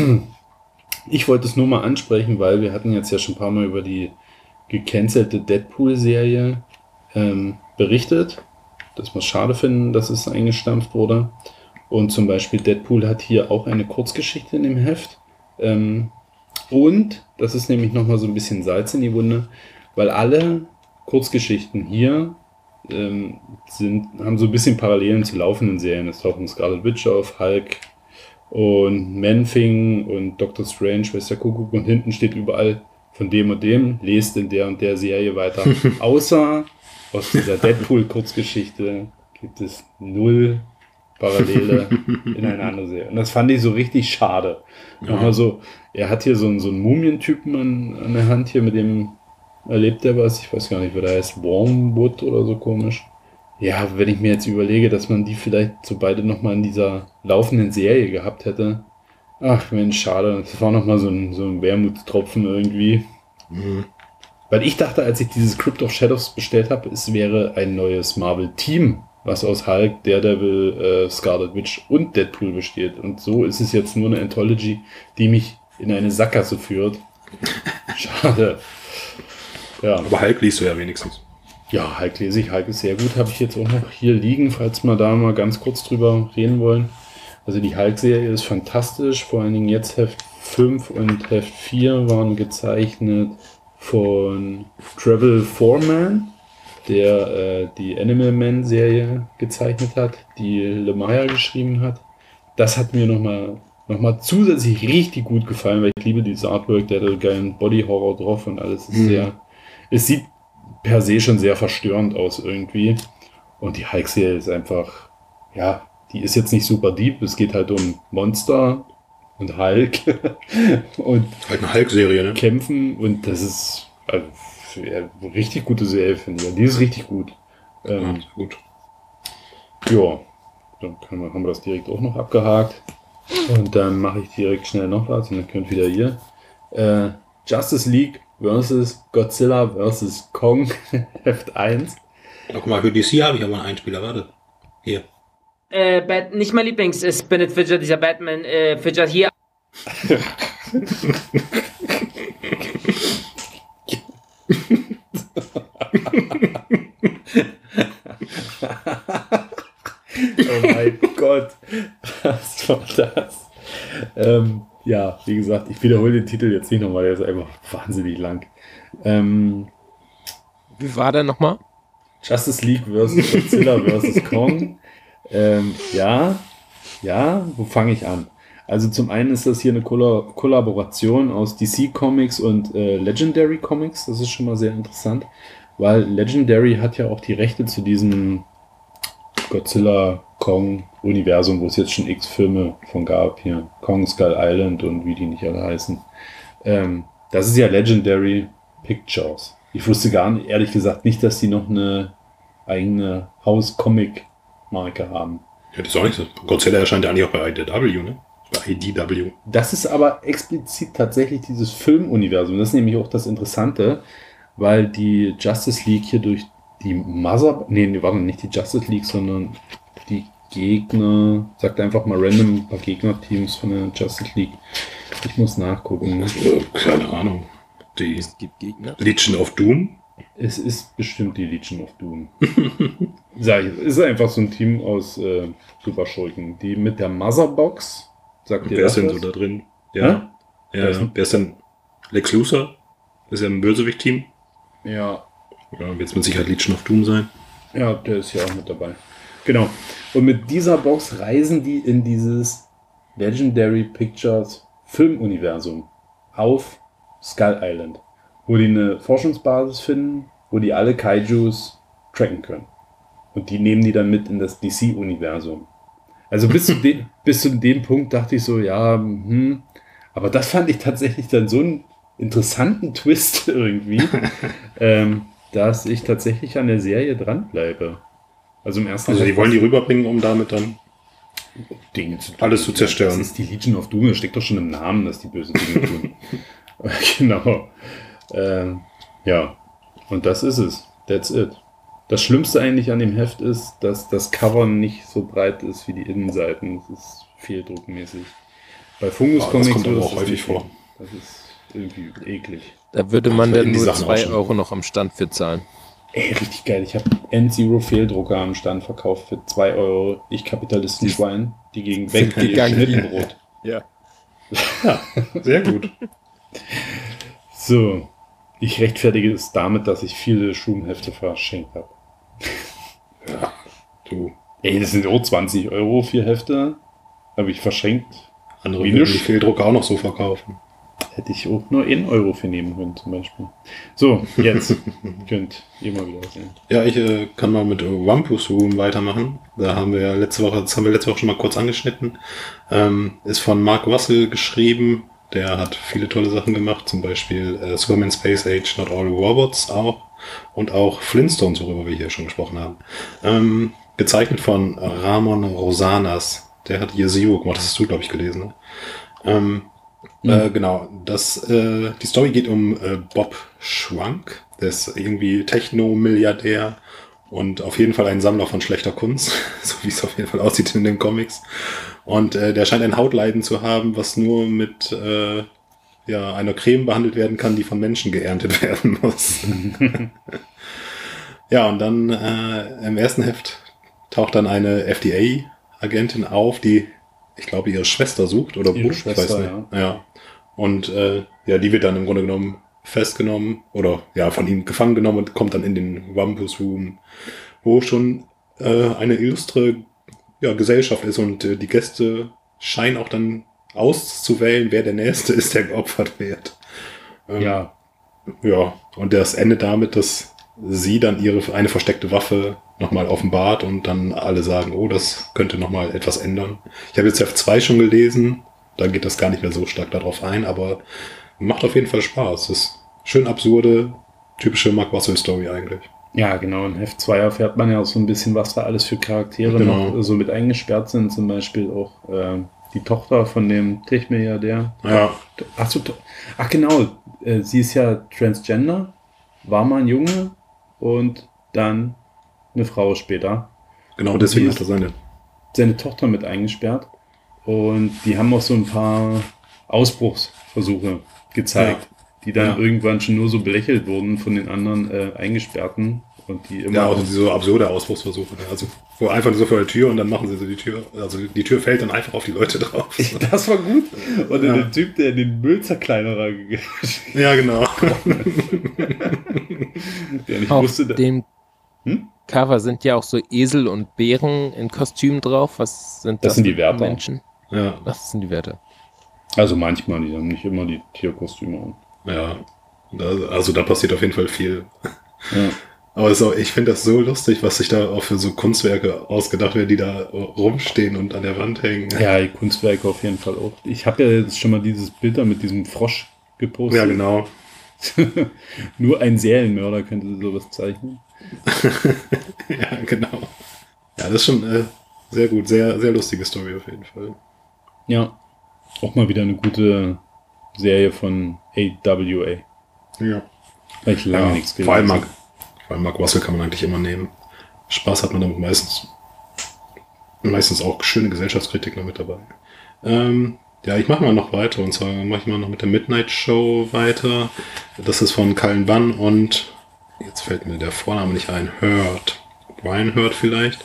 Speaker 2: Ich wollte es nur mal ansprechen, weil wir hatten jetzt ja schon ein paar Mal über die gecancelte Deadpool-Serie berichtet, dass wir es schade finden, dass es eingestampft wurde. Und zum Beispiel Deadpool hat hier auch eine Kurzgeschichte in dem Heft. Und das ist nämlich nochmal so ein bisschen Salz in die Wunde, weil alle Kurzgeschichten hier haben so ein bisschen Parallelen zu laufenden Serien. Es tauchen Scarlet Witch auf, Hulk und Man-Thing und Doctor Strange, Schwester Kuckuck und hinten steht überall von dem und dem, lest in der und der Serie weiter. Außer aus dieser Deadpool-Kurzgeschichte gibt es 0 Parallele in eine andere Serie. Und das fand ich so richtig schade. Ja. Nochmal so, er hat hier so einen Mumientypen an der Hand hier, mit dem erlebt er was. Ich weiß gar nicht, wie der heißt. Wormwood oder so komisch. Ja, wenn ich mir jetzt überlege, dass man die vielleicht so beide nochmal in dieser laufenden Serie gehabt hätte. Ach Mensch, schade. Das war nochmal so ein Wermutstropfen irgendwie. Mhm. Weil ich dachte, als ich dieses Crypt of Shadows bestellt habe, es wäre ein neues Marvel-Team was aus Hulk, Daredevil, Scarlet Witch und Deadpool besteht. Und so ist es jetzt nur eine Anthology, die mich in eine Sackgasse führt. Schade. Ja.
Speaker 4: Aber Hulk liest du ja wenigstens.
Speaker 2: Ja, Hulk lese ich. Hulk ist sehr gut. Habe ich jetzt auch noch hier liegen, falls wir da mal ganz kurz drüber reden wollen. Also die Hulk-Serie ist fantastisch. Vor allen Dingen jetzt Heft 5 und Heft 4 waren gezeichnet von Travel Foreman, der die Animal Man-Serie gezeichnet hat, die Lemire geschrieben hat. Das hat mir nochmal zusätzlich richtig gut gefallen, weil ich liebe dieses Artwork, der hat einen geilen Body-Horror drauf und alles ist es sieht per se schon sehr verstörend aus irgendwie. Und die Hulk-Serie ist einfach, ja, die ist jetzt nicht super deep, es geht halt um Monster und Hulk und
Speaker 4: halt eine Hulk-Serie, ne?
Speaker 2: Kämpfen und das ist eine richtig gute Serie, finde ich. Die ist richtig gut.
Speaker 4: Gut.
Speaker 2: Ja, dann haben wir das direkt auch noch abgehakt. Und dann mache ich direkt schnell noch was und dann könnt wieder hier. Justice League vs. Godzilla vs. Kong, Heft 1.
Speaker 4: Guck mal, für DC habe ich aber einen Einspieler, warte. Hier.
Speaker 5: Nicht mein Lieblings-Spinnet-Fidget, dieser Batman-Fidget hier.
Speaker 2: Oh mein Gott, was war das? Ja, wie gesagt, ich wiederhole den Titel jetzt nicht nochmal, der ist einfach wahnsinnig lang.
Speaker 3: Wie war der nochmal?
Speaker 2: Justice League vs. Godzilla vs. Kong. Ja, wo fange ich an? Also zum einen ist das hier eine Kollaboration aus DC Comics und Legendary Comics. Das ist schon mal sehr interessant, weil Legendary hat ja auch die Rechte zu diesem Godzilla-Kong-Universum, wo es jetzt schon x Filme von gab. Hier Kong Skull Island und wie die nicht alle heißen. Das ist ja Legendary Pictures. Ich wusste gar nicht, ehrlich gesagt, nicht, dass die noch eine eigene Haus-Comic-Marke haben.
Speaker 4: Ja, das ist auch nicht so. Godzilla erscheint ja eigentlich auch bei IDW, ne? Bei IDW.
Speaker 2: Das ist aber explizit tatsächlich dieses Filmuniversum. Das ist nämlich auch das Interessante, weil die Justice League hier durch die nicht die Justice League, sondern die Gegner, sagt einfach mal random ein paar Gegnerteams von der Justice League. Ich muss nachgucken.
Speaker 4: Keine Ahnung.
Speaker 3: Es gibt Gegner.
Speaker 4: Legion of Doom?
Speaker 2: Es ist bestimmt die Legion of Doom. Sag ich, ist einfach so ein Team aus Superschurken, die mit der Motherbox, sagt ihr
Speaker 4: Wer
Speaker 2: das?
Speaker 4: ist denn
Speaker 2: was?
Speaker 4: so da drin? Ja. Wer ist denn Lex Luthor? Ist ja ein Bösewicht-Team.
Speaker 2: Ja.
Speaker 4: Ja, wird es mit Sicherheit Legion of Doom sein.
Speaker 2: Ja, der ist ja auch mit dabei. Genau. Und mit dieser Box reisen die in dieses Legendary Pictures Filmuniversum auf Skull Island, wo die eine Forschungsbasis finden, wo die alle Kaijus tracken können. Und die nehmen die dann mit in das DC-Universum. Also bis zu dem Punkt dachte ich so, ja, aber das fand ich tatsächlich dann so einen interessanten Twist irgendwie, dass ich tatsächlich an der Serie dranbleibe. Also im ersten
Speaker 4: Also die wollen die rüberbringen, um damit dann
Speaker 2: Dinge zu tun.
Speaker 4: alles zu zerstören.
Speaker 2: Das ist die Legion of Doom, das steckt doch schon im Namen, dass die böse Dinge tun. Genau. Ja, und das ist es. That's it. Das Schlimmste eigentlich an dem Heft ist, dass das Cover nicht so breit ist wie die Innenseiten. Das ist fehldruckmäßig. Bei Fungus
Speaker 4: Das
Speaker 2: Comics
Speaker 4: kommt aber
Speaker 2: ist
Speaker 4: auch
Speaker 2: das
Speaker 4: häufig
Speaker 2: nicht
Speaker 4: vor.
Speaker 2: so. Das ist irgendwie eklig.
Speaker 3: Da würde man
Speaker 4: Ach,
Speaker 3: dann
Speaker 4: die
Speaker 3: nur
Speaker 4: Sachen auch
Speaker 3: 2
Speaker 4: schon.
Speaker 3: Euro noch am Stand für zahlen.
Speaker 2: Ey, richtig geil. Ich habe N-Zero Fehldrucker am Stand verkauft für 2 Euro. Ich Kapitalistenschwein, die gegen weg wie
Speaker 3: gegangen.
Speaker 2: Schnittenbrot.
Speaker 3: Ja.
Speaker 4: Ja, sehr gut.
Speaker 2: So, ich rechtfertige es damit, dass ich viele Schumhefte verschenkt habe.
Speaker 4: Ja, du.
Speaker 2: Ey, das sind auch 20 Euro, 4 Hefte. Habe ich verschenkt.
Speaker 4: Andere
Speaker 2: Wie
Speaker 4: würden
Speaker 2: nüscht.
Speaker 4: die Fehldrucker auch noch so verkaufen.
Speaker 2: Hätte ich auch nur 1 Euro für nehmen können, zum Beispiel. So, jetzt könnt ihr mal wieder sehen.
Speaker 4: Ja, ich kann mal mit Wampus Room weitermachen. Das haben wir letzte Woche schon mal kurz angeschnitten. Ist von Mark Russell geschrieben. Der hat viele tolle Sachen gemacht, zum Beispiel Superman Space Age, Not All Robots auch. Und auch Flintstones, worüber wir hier schon gesprochen haben. Gezeichnet von Ramon Rosanas. Der hat Year Zero gemacht, das hast du, glaube ich, gelesen. Ne? Genau, die Story geht um Bob Schwank. Der ist irgendwie Techno-Milliardär und auf jeden Fall ein Sammler von schlechter Kunst, so wie es auf jeden Fall aussieht in den Comics. Und der scheint ein Hautleiden zu haben, was nur mit einer Creme behandelt werden kann, die von Menschen geerntet werden muss. Ja, und dann im ersten Heft taucht dann eine FDA-Agentin auf, die, ich glaube, ihre Schwester sucht oder
Speaker 2: Ihre
Speaker 4: Bruder,
Speaker 2: Schwester,
Speaker 4: ich weiß nicht. Ja. Und die wird dann im Grunde genommen festgenommen oder von ihm gefangen genommen und kommt dann in den Wampus Room, wo schon eine illustre Gesellschaft ist und die Gäste scheinen auch dann auszuwählen, wer der Nächste ist, der geopfert wird. Ja, und das endet damit, dass sie dann eine versteckte Waffe nochmal offenbart und dann alle sagen, oh, das könnte nochmal etwas ändern. Ich habe jetzt Heft 2 schon gelesen, da geht das gar nicht mehr so stark darauf ein, aber macht auf jeden Fall Spaß. Es ist schön absurde, typische Mark Russell-Story eigentlich.
Speaker 2: Ja, genau. In Heft 2 erfährt man ja auch so ein bisschen, was da alles für Charaktere noch so mit eingesperrt sind. Zum Beispiel auch die Tochter von dem Tech-Milliardär.
Speaker 4: Ja.
Speaker 2: Ach genau, sie ist ja Transgender, war mal ein Junge und dann eine Frau später.
Speaker 4: Genau, und deswegen hat er
Speaker 2: seine Tochter mit eingesperrt. Und die haben auch so ein paar Ausbruchsversuche gezeigt, die dann irgendwann schon nur so belächelt wurden von den anderen Eingesperrten. Und die immer
Speaker 4: also so absurde Ausbruchsversuche. Also wo einfach so vor der Tür und dann machen sie so die Tür. Also die Tür fällt dann einfach auf die Leute drauf.
Speaker 2: Das war gut. Und der Typ, der den Müllzerkleinerer gegeben hat.
Speaker 4: Ja, genau.
Speaker 2: Der nicht
Speaker 3: auf
Speaker 2: wusste,
Speaker 3: dem Cover sind ja auch so Esel und Bären in Kostümen drauf. Was sind das?
Speaker 2: Das sind die Wärter.
Speaker 3: Menschen?
Speaker 4: Ja.
Speaker 3: Was sind die Werte?
Speaker 2: Also manchmal, die haben nicht immer die Tierkostüme an.
Speaker 4: Ja. Also da passiert auf jeden Fall viel.
Speaker 2: Ja.
Speaker 4: Aber ich finde das so lustig, was sich da auch für so Kunstwerke ausgedacht werden, die da rumstehen und an der Wand hängen.
Speaker 2: Ja, die Kunstwerke auf jeden Fall auch. Ich habe ja jetzt schon mal dieses Bild da mit diesem Frosch gepostet.
Speaker 4: Ja, genau.
Speaker 2: Nur ein Serienmörder könnte sowas zeichnen.
Speaker 4: Ja, genau. Ja, das ist schon sehr gut. Sehr, sehr lustige Story auf jeden Fall.
Speaker 2: Ja, auch mal wieder eine gute Serie von AWA.
Speaker 4: Ja.
Speaker 2: Weil ich lange nichts
Speaker 4: vor allem
Speaker 2: habe.
Speaker 4: Mark Russell kann man eigentlich immer nehmen. Spaß hat man damit meistens auch schöne Gesellschaftskritik noch mit dabei. Ich mache mal noch weiter. Und zwar mache ich mal noch mit der Midnight Show weiter. Das ist von Cullen Bunn und jetzt fällt mir der Vorname nicht ein. Brian Hurt vielleicht.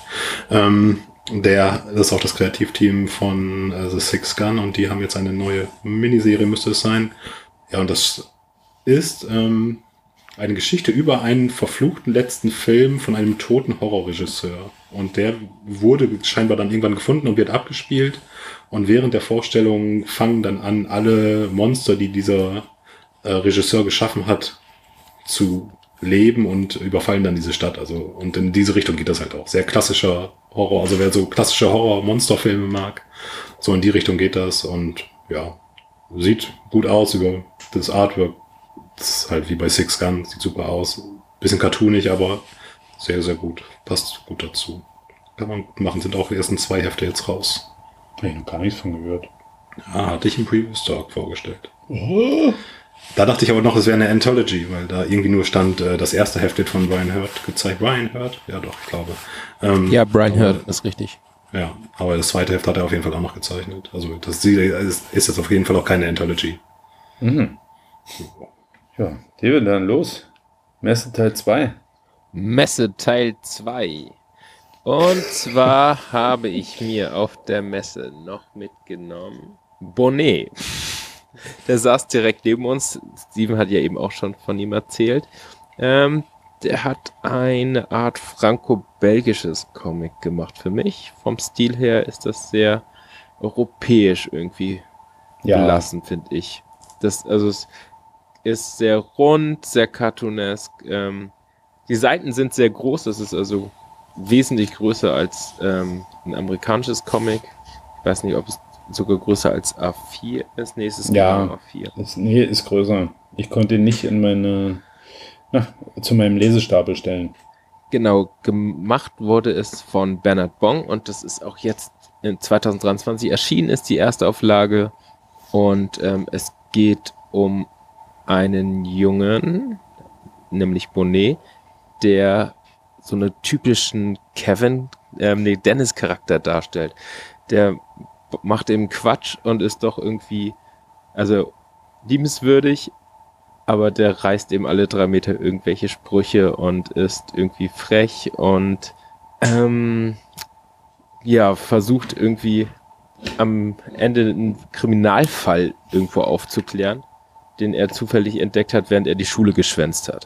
Speaker 4: Das ist auch das Kreativteam von The Six Gun und die haben jetzt eine neue Miniserie, müsste es sein. Ja, und das ist eine Geschichte über einen verfluchten letzten Film von einem toten Horrorregisseur. Und der wurde scheinbar dann irgendwann gefunden und wird abgespielt. Und während der Vorstellung fangen dann an, alle Monster, die dieser Regisseur geschaffen hat, zu leben und überfallen dann diese Stadt. Also, und in diese Richtung geht das halt auch. Sehr klassischer Horror. Also wer so klassische Horror-Monsterfilme mag, so in die Richtung geht das. Und ja, sieht gut aus über das Artwork. Das ist halt wie bei Six Gun, sieht super aus. Bisschen cartoonig, aber sehr, sehr gut. Passt gut dazu. Kann man gut machen, sind auch die ersten 2 Hefte jetzt raus.
Speaker 2: Habe ich noch gar nichts von gehört.
Speaker 4: Ja, hatte ich im Previous Talk vorgestellt. Oh. Da dachte ich aber noch, es wäre eine Anthology, weil da irgendwie nur stand, das erste Heft wird von Brian Hurt gezeigt. Brian Hurt? Ja doch, ich glaube.
Speaker 3: Brian Hurt ist richtig.
Speaker 4: Ja, aber das zweite Heft hat er auf jeden Fall auch noch gezeichnet. Also das ist jetzt auf jeden Fall auch keine Anthology.
Speaker 2: Mhm. Ja, David, dann los. Messe Teil 2.
Speaker 3: Messe Teil 2. Und zwar habe ich mir auf der Messe noch mitgenommen Bonnet. Der saß direkt neben uns. Steven hat ja eben auch schon von ihm erzählt. Der hat eine Art franco-belgisches Comic gemacht für mich. Vom Stil her ist das sehr europäisch irgendwie belassen, finde ich. Es ist sehr rund, sehr cartoonesk. Die Seiten sind sehr groß. Das ist also wesentlich größer als ein amerikanisches Comic. Ich weiß nicht, ob es sogar größer als A4 ist. Nee, es ist genau A4.
Speaker 2: Ist größer. Ich konnte ihn nicht zu meinem Lesestapel stellen.
Speaker 3: Genau, gemacht wurde es von Bernard Bong und das ist auch jetzt in 2023 erschienen, ist die erste Auflage und es geht um einen Jungen, nämlich Bonnet, der so einen typischen Dennis-Charakter darstellt. Der macht eben Quatsch und ist doch irgendwie, also liebenswürdig, aber der reißt eben alle 3 Meter irgendwelche Sprüche und ist irgendwie frech und versucht irgendwie am Ende einen Kriminalfall irgendwo aufzuklären, den er zufällig entdeckt hat, während er die Schule geschwänzt hat.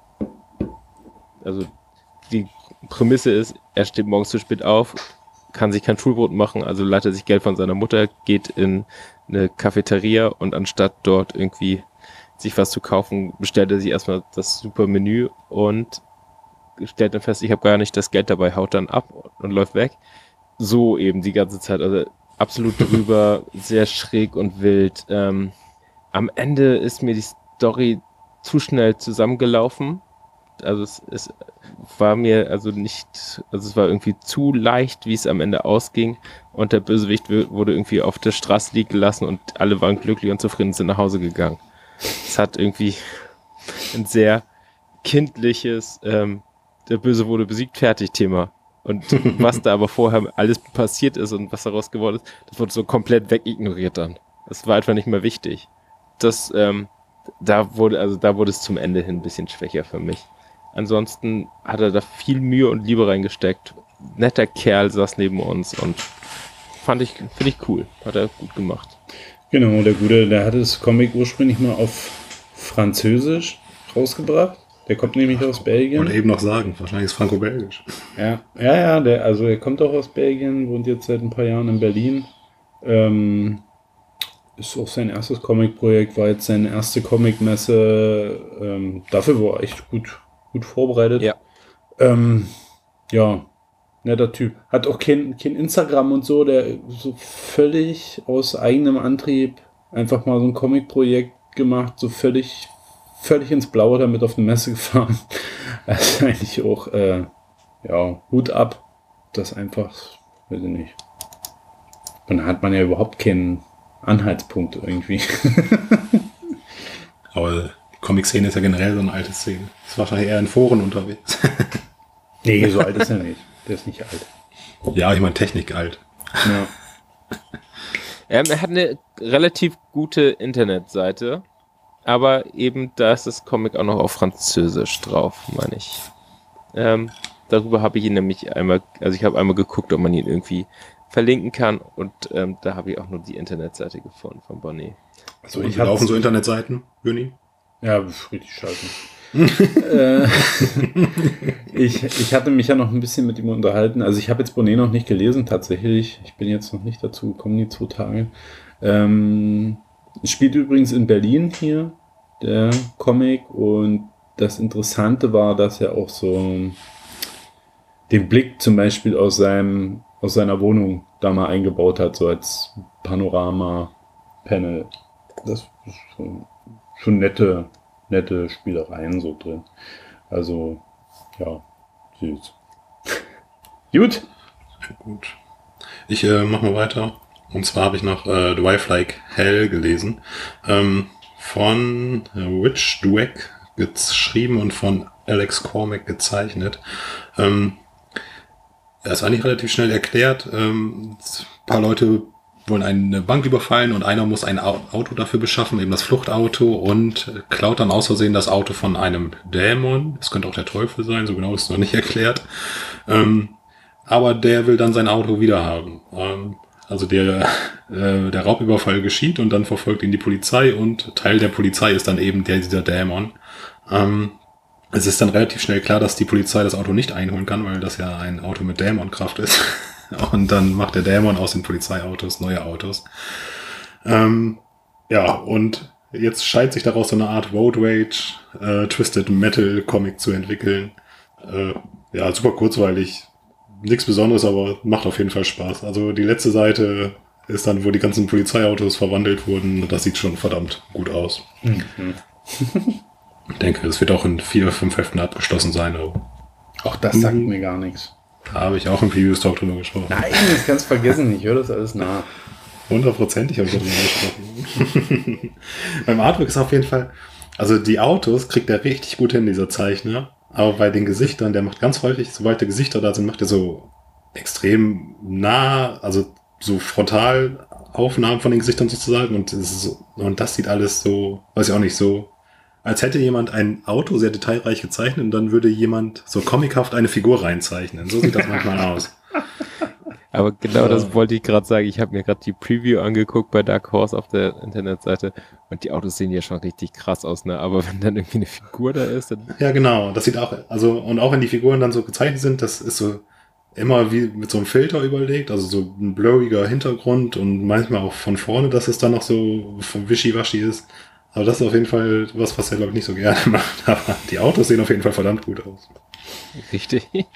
Speaker 3: Also die Prämisse ist, er steht morgens zu spät auf, kann sich kein Schulbrot machen, also leiht er sich Geld von seiner Mutter, geht in eine Cafeteria und anstatt dort irgendwie sich was zu kaufen, bestellt er sich erstmal das super Menü und stellt dann fest, ich habe gar nicht das Geld dabei, haut dann ab und läuft weg. So eben die ganze Zeit, also absolut drüber, sehr schräg und wild. Am Ende ist mir die Story zu schnell zusammengelaufen. Also es war mir es war irgendwie zu leicht, wie es am Ende ausging und der Bösewicht wurde irgendwie auf der Straße liegen gelassen und alle waren glücklich und zufrieden und sind nach Hause gegangen. Es hat irgendwie ein sehr kindliches, der Böse wurde besiegt, fertig Thema. Und was da aber vorher alles passiert ist und was daraus geworden ist, das wurde so komplett wegignoriert dann. Das war einfach nicht mehr wichtig. Da wurde es zum Ende hin ein bisschen schwächer für mich. Ansonsten hat er da viel Mühe und Liebe reingesteckt. Netter Kerl saß neben uns und finde ich cool. Hat er gut gemacht.
Speaker 2: Genau, der hat das Comic ursprünglich mal auf Französisch rausgebracht. Der kommt nämlich aus Belgien.
Speaker 4: Wollte eben noch sagen, wahrscheinlich ist Franco-Belgisch.
Speaker 2: Ja, der kommt auch aus Belgien, wohnt jetzt seit ein paar Jahren in Berlin. Ist auch sein erstes Comic-Projekt, war jetzt seine erste Comic-Messe. Dafür war er echt gut vorbereitet.
Speaker 3: Ja.
Speaker 2: Netter Typ. Hat auch kein Instagram und so, der so völlig aus eigenem Antrieb einfach mal so ein Comic-Projekt gemacht, so völlig ins Blaue damit auf eine Messe gefahren. Das ist eigentlich auch, Hut ab. Das einfach, weiß ich nicht. Dann hat man ja überhaupt keinen Anhaltspunkt irgendwie.
Speaker 4: Aber die Comic-Szene ist ja generell so eine alte Szene. Ist wahrscheinlich eher in Foren unterwegs.
Speaker 2: Nee, so alt ist er nicht. Der ist nicht alt.
Speaker 4: Ja, ich meine Technik alt.
Speaker 2: Ja.
Speaker 3: Er hat eine relativ gute Internetseite, aber eben da ist das Comic auch noch auf Französisch drauf, meine ich. Darüber habe ich ihn nämlich einmal geguckt, ob man ihn irgendwie verlinken kann und da habe ich auch nur die Internetseite gefunden von Bonnet.
Speaker 4: Also ich laufen so Internetseiten, Juni?
Speaker 2: Ja, richtig scheiße. Ich hatte mich ja noch ein bisschen mit ihm unterhalten. Also ich habe jetzt Bonnet noch nicht gelesen, tatsächlich. Ich bin jetzt noch nicht dazu gekommen, die 2 Tage. Es spielt übrigens in Berlin hier, der Comic. Und das Interessante war, dass er auch so den Blick zum Beispiel aus seiner Wohnung da mal eingebaut hat, so als Panorama-Panel. Das ist schon nette Spielereien so drin. Also, ja, süß. Gut.
Speaker 4: Gut. Ich mach mal weiter. Und zwar habe ich noch The Wife Like Hell gelesen. Von Rich Dweck geschrieben und von Alex Cormack gezeichnet. Er ist eigentlich relativ schnell erklärt. Ein paar Leute wollen eine Bank überfallen und einer muss ein Auto dafür beschaffen, eben das Fluchtauto, und klaut dann aus Versehen das Auto von einem Dämon. Das könnte auch der Teufel sein, so genau ist es noch nicht erklärt. Aber der will dann sein Auto wiederhaben. Also der Raubüberfall geschieht und dann verfolgt ihn die Polizei und Teil der Polizei ist dann eben dieser Dämon. Es ist dann relativ schnell klar, dass die Polizei das Auto nicht einholen kann, weil das ja ein Auto mit Dämonkraft ist. Und dann macht der Dämon aus den Polizeiautos neue Autos. Und jetzt scheint sich daraus so eine Art Road Rage, Twisted Metal Comic zu entwickeln. Super kurzweilig. Nichts Besonderes, aber macht auf jeden Fall Spaß. Also die letzte Seite ist dann, wo die ganzen Polizeiautos verwandelt wurden. Das sieht schon verdammt gut aus.
Speaker 2: Mhm.
Speaker 4: Ich denke, es wird auch in 4, 5 Heften abgeschlossen sein.
Speaker 2: Auch das sagt mir gar nichts.
Speaker 4: Da habe ich auch im Previews-Talk drüber gesprochen.
Speaker 2: Nein, das kannst du vergessen. Ich höre das alles nach.
Speaker 4: 100%ig habe ich darüber gesprochen. Beim Artwork ist auf jeden Fall, also die Autos kriegt er richtig gut hin, dieser Zeichner. Aber bei den Gesichtern, der macht ganz häufig, sobald die Gesichter da sind, macht er so extrem nah, also so Frontalaufnahmen von den Gesichtern sozusagen. Und das sieht alles so, weiß ich auch nicht, so, als hätte jemand ein Auto sehr detailreich gezeichnet und dann würde jemand so comichaft eine Figur reinzeichnen. So sieht das manchmal aus.
Speaker 3: Aber genau das wollte ich gerade sagen. Ich habe mir gerade die Preview angeguckt bei Dark Horse auf der Internetseite und die Autos sehen ja schon richtig krass aus, ne? Aber wenn dann irgendwie eine Figur da ist, dann...
Speaker 4: Ja, genau. Das sieht auch, also, und auch wenn die Figuren dann so gezeichnet sind, das ist so immer wie mit so einem Filter überlegt, also so ein blurriger Hintergrund und manchmal auch von vorne, dass es dann noch so wischiwaschi ist. Aber das ist auf jeden Fall was er, glaube ich, nicht so gerne macht. Aber die Autos sehen auf jeden Fall verdammt gut aus.
Speaker 3: Richtig. Ja,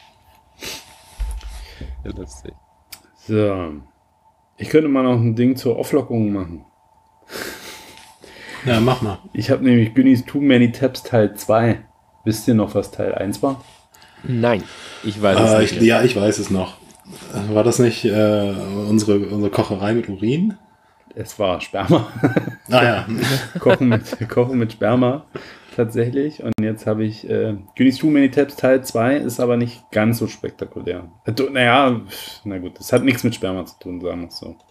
Speaker 3: lustig.
Speaker 2: So. Ich könnte mal noch ein Ding zur Auflockung machen.
Speaker 4: Ja, mach mal.
Speaker 2: Ich habe nämlich Günni's Too Many Tabs Teil 2. Wisst ihr noch, was Teil 1 war?
Speaker 3: Nein, ich weiß es nicht.
Speaker 4: Ja, ich weiß es noch. War das nicht unsere Kocherei mit Urin?
Speaker 2: Es war Sperma.
Speaker 4: Ah ja.
Speaker 2: Kochen mit Sperma tatsächlich. Und jetzt habe ich Günni's Too Many Tabs Teil 2 ist aber nicht ganz so spektakulär. Na gut, das hat nichts mit Sperma zu tun, sagen wir es so.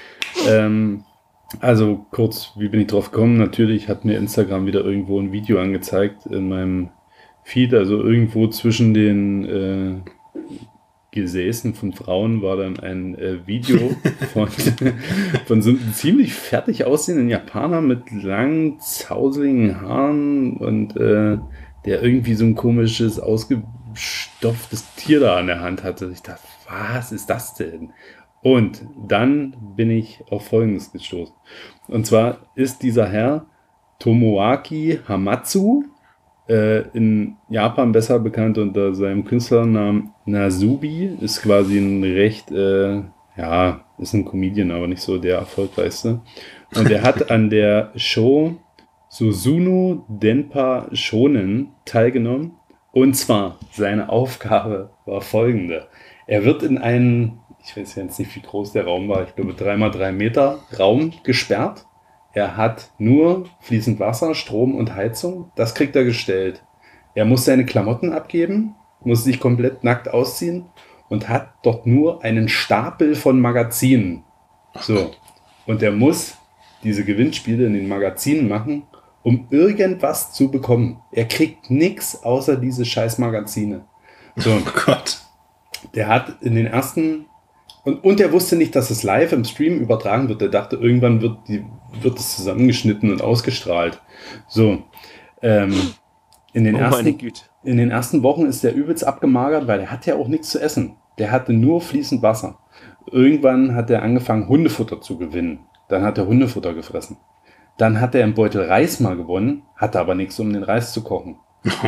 Speaker 2: Also kurz, wie bin ich drauf gekommen? Natürlich hat mir Instagram wieder irgendwo ein Video angezeigt in meinem Feed, also irgendwo zwischen den Gesäßen von Frauen war dann ein Video von so einem ziemlich fertig aussehenden Japaner mit langen, zauseligen Haaren und der irgendwie so ein komisches, ausgestopftes Tier da an der Hand hatte. Ich dachte, was ist das denn? Und dann bin ich auf Folgendes gestoßen. Und zwar ist dieser Herr Tomoaki Hamatsu, in Japan besser bekannt unter seinem Künstlernamen Nasubi, ist quasi ein recht, ist ein Comedian, aber nicht so der erfolgreichste. Und er hat an der Show Suzuno Denpa Shonen teilgenommen. Und zwar, seine Aufgabe war folgende. Er wird in einen, ich weiß jetzt nicht, wie groß der Raum war, ich glaube 3x3 Meter Raum gesperrt. Er hat nur fließend Wasser, Strom und Heizung. Das kriegt er gestellt. Er muss seine Klamotten abgeben, muss sich komplett nackt ausziehen und hat dort nur einen Stapel von Magazinen. So. Und er muss diese Gewinnspiele in den Magazinen machen, um irgendwas zu bekommen. Er kriegt nichts außer diese scheiß Magazine. So.
Speaker 4: Oh Gott.
Speaker 2: Der hat in den ersten... Und er wusste nicht, dass es live im Stream übertragen wird. Er dachte, irgendwann wird es zusammengeschnitten und ausgestrahlt. So. In den ersten Wochen ist der übelst abgemagert, weil er hat ja auch nichts zu essen. Der hatte nur fließend Wasser. Irgendwann hat er angefangen, Hundefutter zu gewinnen. Dann hat er Hundefutter gefressen. Dann hat er einen Beutel Reis mal gewonnen, hatte aber nichts, um den Reis zu kochen.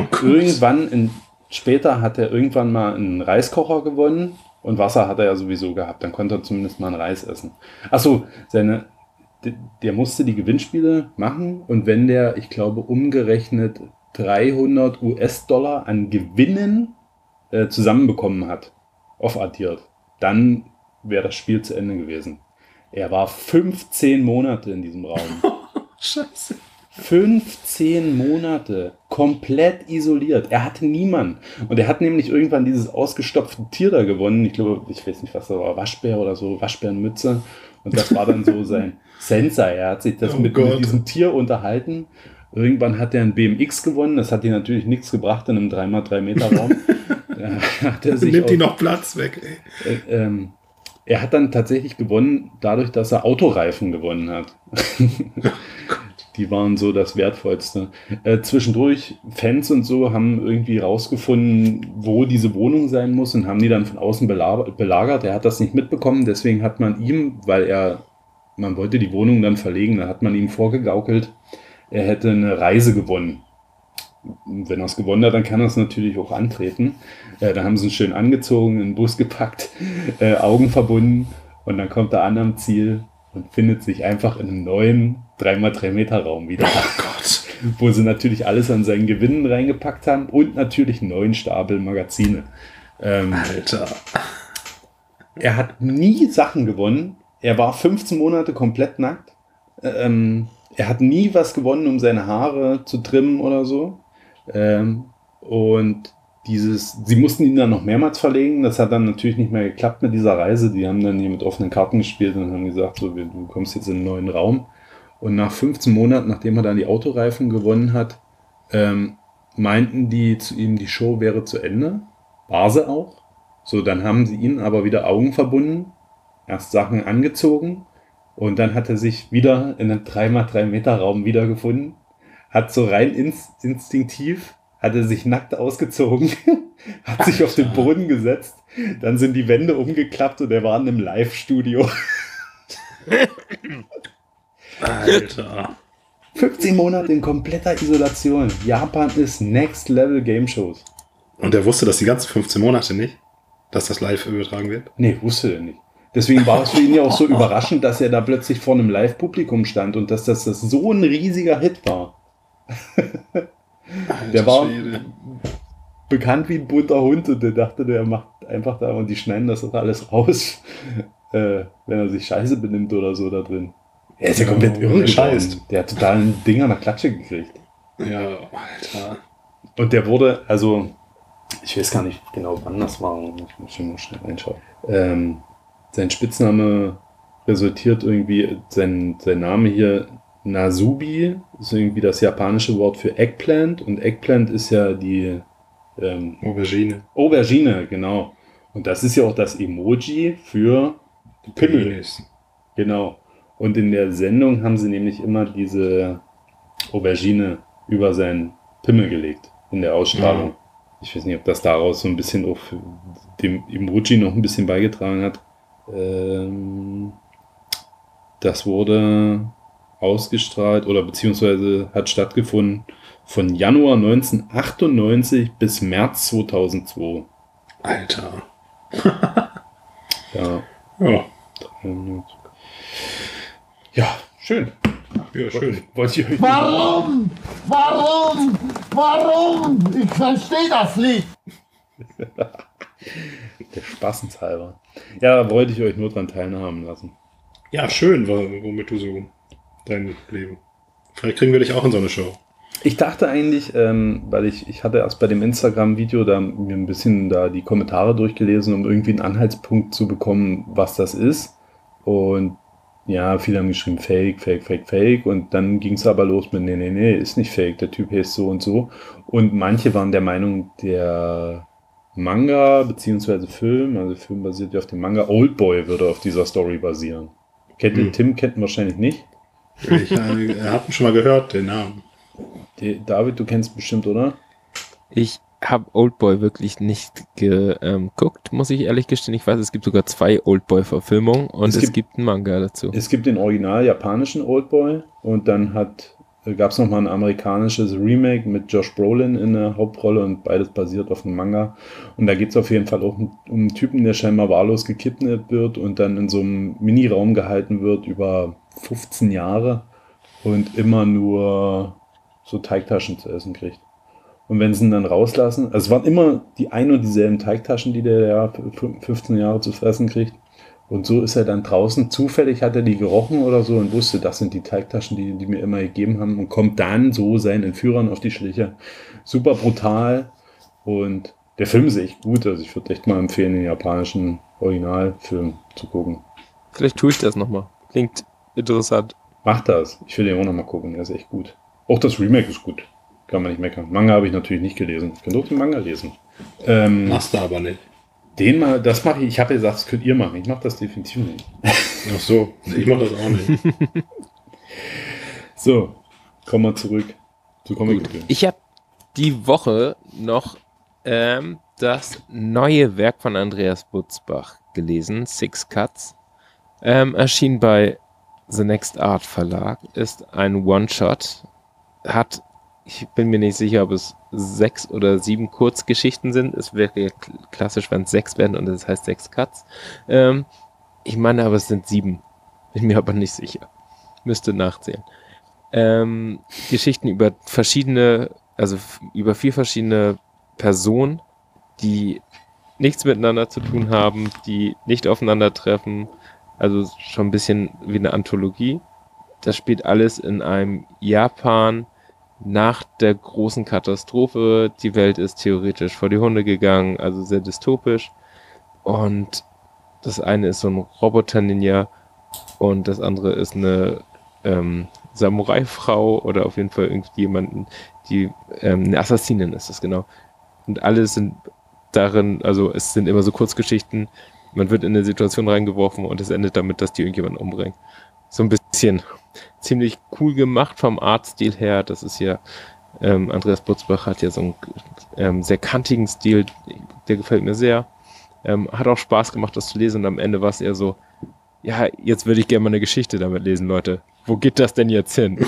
Speaker 2: Später hat er irgendwann mal einen Reiskocher gewonnen. Und Wasser hat er ja sowieso gehabt. Dann konnte er zumindest mal einen Reis essen. Achso, der musste die Gewinnspiele machen. Und wenn der, ich glaube, umgerechnet 300 US-Dollar an Gewinnen zusammenbekommen hat, aufaddiert, dann wäre das Spiel zu Ende gewesen. Er war 15 Monate in diesem Raum.
Speaker 4: Scheiße.
Speaker 2: 15 Monate komplett isoliert. Er hatte niemanden. Und er hat nämlich irgendwann dieses ausgestopfte Tier da gewonnen. Ich glaube, ich weiß nicht, was das war, Waschbär oder so, Waschbärenmütze. Und das war dann so sein Sensei. Er hat sich das mit diesem Tier unterhalten. Irgendwann hat er ein BMX gewonnen. Das hat ihm natürlich nichts gebracht in einem 3x3 Meter Raum.
Speaker 4: Nimmt die noch Platz weg,
Speaker 2: ey. Er hat dann tatsächlich gewonnen, dadurch, dass er Autoreifen gewonnen hat. Die waren so das Wertvollste. Zwischendurch, Fans und so haben irgendwie rausgefunden, wo diese Wohnung sein muss und haben die dann von außen belagert. Er hat das nicht mitbekommen, deswegen hat man ihm, man wollte die Wohnung dann verlegen, da hat man ihm vorgegaukelt, er hätte eine Reise gewonnen. Wenn er es gewonnen hat, dann kann er es natürlich auch antreten. Dann haben sie ihn schön angezogen, in den Bus gepackt, Augen verbunden und dann kommt er an am Ziel und findet sich einfach in einem neuen 3x3 Meter Raum wieder.
Speaker 4: Oh Gott.
Speaker 2: Wo sie natürlich alles an seinen Gewinnen reingepackt haben und natürlich einen neuen Stapel Magazine.
Speaker 4: Alter.
Speaker 2: Er hat nie Sachen gewonnen. Er war 15 Monate komplett nackt. Er hat nie was gewonnen, um seine Haare zu trimmen oder so. Und sie mussten ihn dann noch mehrmals verlegen. Das hat dann natürlich nicht mehr geklappt mit dieser Reise. Die haben dann hier mit offenen Karten gespielt und haben gesagt, so, du kommst jetzt in einen neuen Raum. Und nach 15 Monaten, nachdem er dann die Autoreifen gewonnen hat, meinten die zu ihm, die Show wäre zu Ende. War sie auch. So, dann haben sie ihn aber wieder Augen verbunden, erst Sachen angezogen und dann hat er sich wieder in einem 3x3 Meter Raum wiedergefunden, hat so rein instinktiv, hat er sich nackt ausgezogen, hat sich auf den Boden gesetzt, dann sind die Wände umgeklappt und er war in einem Live-Studio.
Speaker 4: Alter.
Speaker 2: 15 Monate in kompletter Isolation. Japan ist Next Level Game Shows.
Speaker 4: Und er wusste das die ganzen 15 Monate nicht, dass das live übertragen wird?
Speaker 2: Nee, wusste er nicht. Deswegen war es für ihn ja auch so überraschend, dass er da plötzlich vor einem Live-Publikum stand und dass das so ein riesiger Hit war. Der war bekannt wie ein bunter Hund und der dachte, der macht einfach da und die schneiden das alles raus, wenn er sich scheiße benimmt oder so da drin. Er ist ja komplett irre geworden. Der hat total ein Ding an der Klatsche gekriegt.
Speaker 4: Ja, Alter.
Speaker 2: Und der wurde, also, ich weiß gar nicht genau, wann das war. Ich muss schon mal schnell reinschauen. Sein Spitzname resultiert irgendwie, sein Name hier, Nasubi, ist irgendwie das japanische Wort für Eggplant. Und Eggplant ist ja die
Speaker 4: Aubergine.
Speaker 2: Aubergine, genau. Und das ist ja auch das Emoji für Pimmel. Genau. Und in der Sendung haben sie nämlich immer diese Aubergine über seinen Pimmel gelegt, in der Ausstrahlung. Ja. Ich weiß nicht, ob das daraus so ein bisschen auch dem Emoji noch ein bisschen beigetragen hat. Das wurde ausgestrahlt oder beziehungsweise hat stattgefunden von Januar 1998 bis März 2002.
Speaker 4: Alter.
Speaker 2: Ja.
Speaker 4: Ja.
Speaker 2: Ja, schön.
Speaker 4: Ja, schön.
Speaker 2: Wollte ich euch
Speaker 6: Warum? Ich verstehe das nicht.
Speaker 2: Der Spaßenshalber. Ja, da wollte ich euch nur dran teilhaben lassen.
Speaker 4: Ja, schön, womit du so dein Leben. Vielleicht kriegen wir dich auch in so eine Show.
Speaker 2: Ich dachte eigentlich, weil ich hatte erst bei dem Instagram-Video da mir ein bisschen da die Kommentare durchgelesen, um irgendwie einen Anhaltspunkt zu bekommen, was das ist. Und ja, viele haben geschrieben Fake. Und dann ging es aber los mit nee, ist nicht Fake, der Typ heißt so und so. Und manche waren der Meinung, der Manga bzw. Film, also Film basiert ja auf dem Manga, Oldboy würde auf dieser Story basieren. Tim kennt ihn wahrscheinlich nicht.
Speaker 4: Ich habe ihn schon mal gehört, den Namen.
Speaker 2: David, du kennst bestimmt, oder?
Speaker 3: Ich habe Oldboy wirklich nicht geguckt, muss ich ehrlich gestehen. Ich weiß, es gibt sogar 2 Oldboy-Verfilmungen und es gibt einen Manga dazu.
Speaker 2: Es gibt den original japanischen Oldboy und dann gab es nochmal ein amerikanisches Remake mit Josh Brolin in der Hauptrolle und beides basiert auf einem Manga. Und da geht es auf jeden Fall auch um einen Typen, der scheinbar wahllos gekidnappt wird und dann in so einem Mini-Raum gehalten wird über 15 Jahre und immer nur so Teigtaschen zu essen kriegt. Und wenn sie ihn dann rauslassen, also es waren immer die ein und dieselben Teigtaschen, die der ja 15 Jahre zu fressen kriegt. Und so ist er dann draußen. Zufällig hat er die gerochen oder so und wusste, das sind die Teigtaschen, die mir immer gegeben haben. Und kommt dann so seinen Entführern auf die Schliche. Super brutal. Und der Film ist echt gut. Also ich würde echt mal empfehlen, den japanischen Originalfilm zu gucken.
Speaker 3: Vielleicht tue ich das nochmal. Klingt interessant.
Speaker 2: Mach das. Ich will den auch nochmal gucken. Der ist echt gut. Auch das Remake ist gut. Kann man nicht meckern. Manga habe ich natürlich nicht gelesen. Ich kann doch den Manga lesen.
Speaker 4: Machst du aber nicht.
Speaker 2: Das mache ich. Ich habe gesagt, das könnt ihr machen. Ich mache das definitiv nicht.
Speaker 4: Ach so, ich mache das auch nicht.
Speaker 2: So, kommen wir zurück zu Comic-Film.
Speaker 3: Ich habe die Woche noch das neue Werk von Andreas Butzbach gelesen, Six Cuts. Erschien bei The Next Art Verlag, ist ein One-Shot, ich bin mir nicht sicher, ob es 6 oder 7 Kurzgeschichten sind. Es wäre ja klassisch, wenn es 6 werden und das heißt 6 Cuts. Ich meine aber, es sind 7. Bin mir aber nicht sicher. Müsste nachzählen. Geschichten über über 4 verschiedene Personen, die nichts miteinander zu tun haben, die nicht aufeinandertreffen. Also schon ein bisschen wie eine Anthologie. Das spielt alles in einem Japan nach der großen Katastrophe, die Welt ist theoretisch vor die Hunde gegangen, also sehr dystopisch. Und das eine ist so ein Roboter-Ninja und das andere ist eine Samurai-Frau oder auf jeden Fall irgendwie jemanden, die eine Assassinin ist das, genau. Und alle sind darin, also es sind immer so Kurzgeschichten, man wird in eine Situation reingeworfen und es endet damit, dass die irgendjemanden umbringen. So ein bisschen ziemlich cool gemacht vom Artstil her. Das ist ja, Andreas Butzbach hat ja so einen sehr kantigen Stil, der gefällt mir sehr. Hat auch Spaß gemacht, das zu lesen und am Ende war es eher so, ja, jetzt würde ich gerne mal eine Geschichte damit lesen, Leute. Wo geht das denn jetzt hin?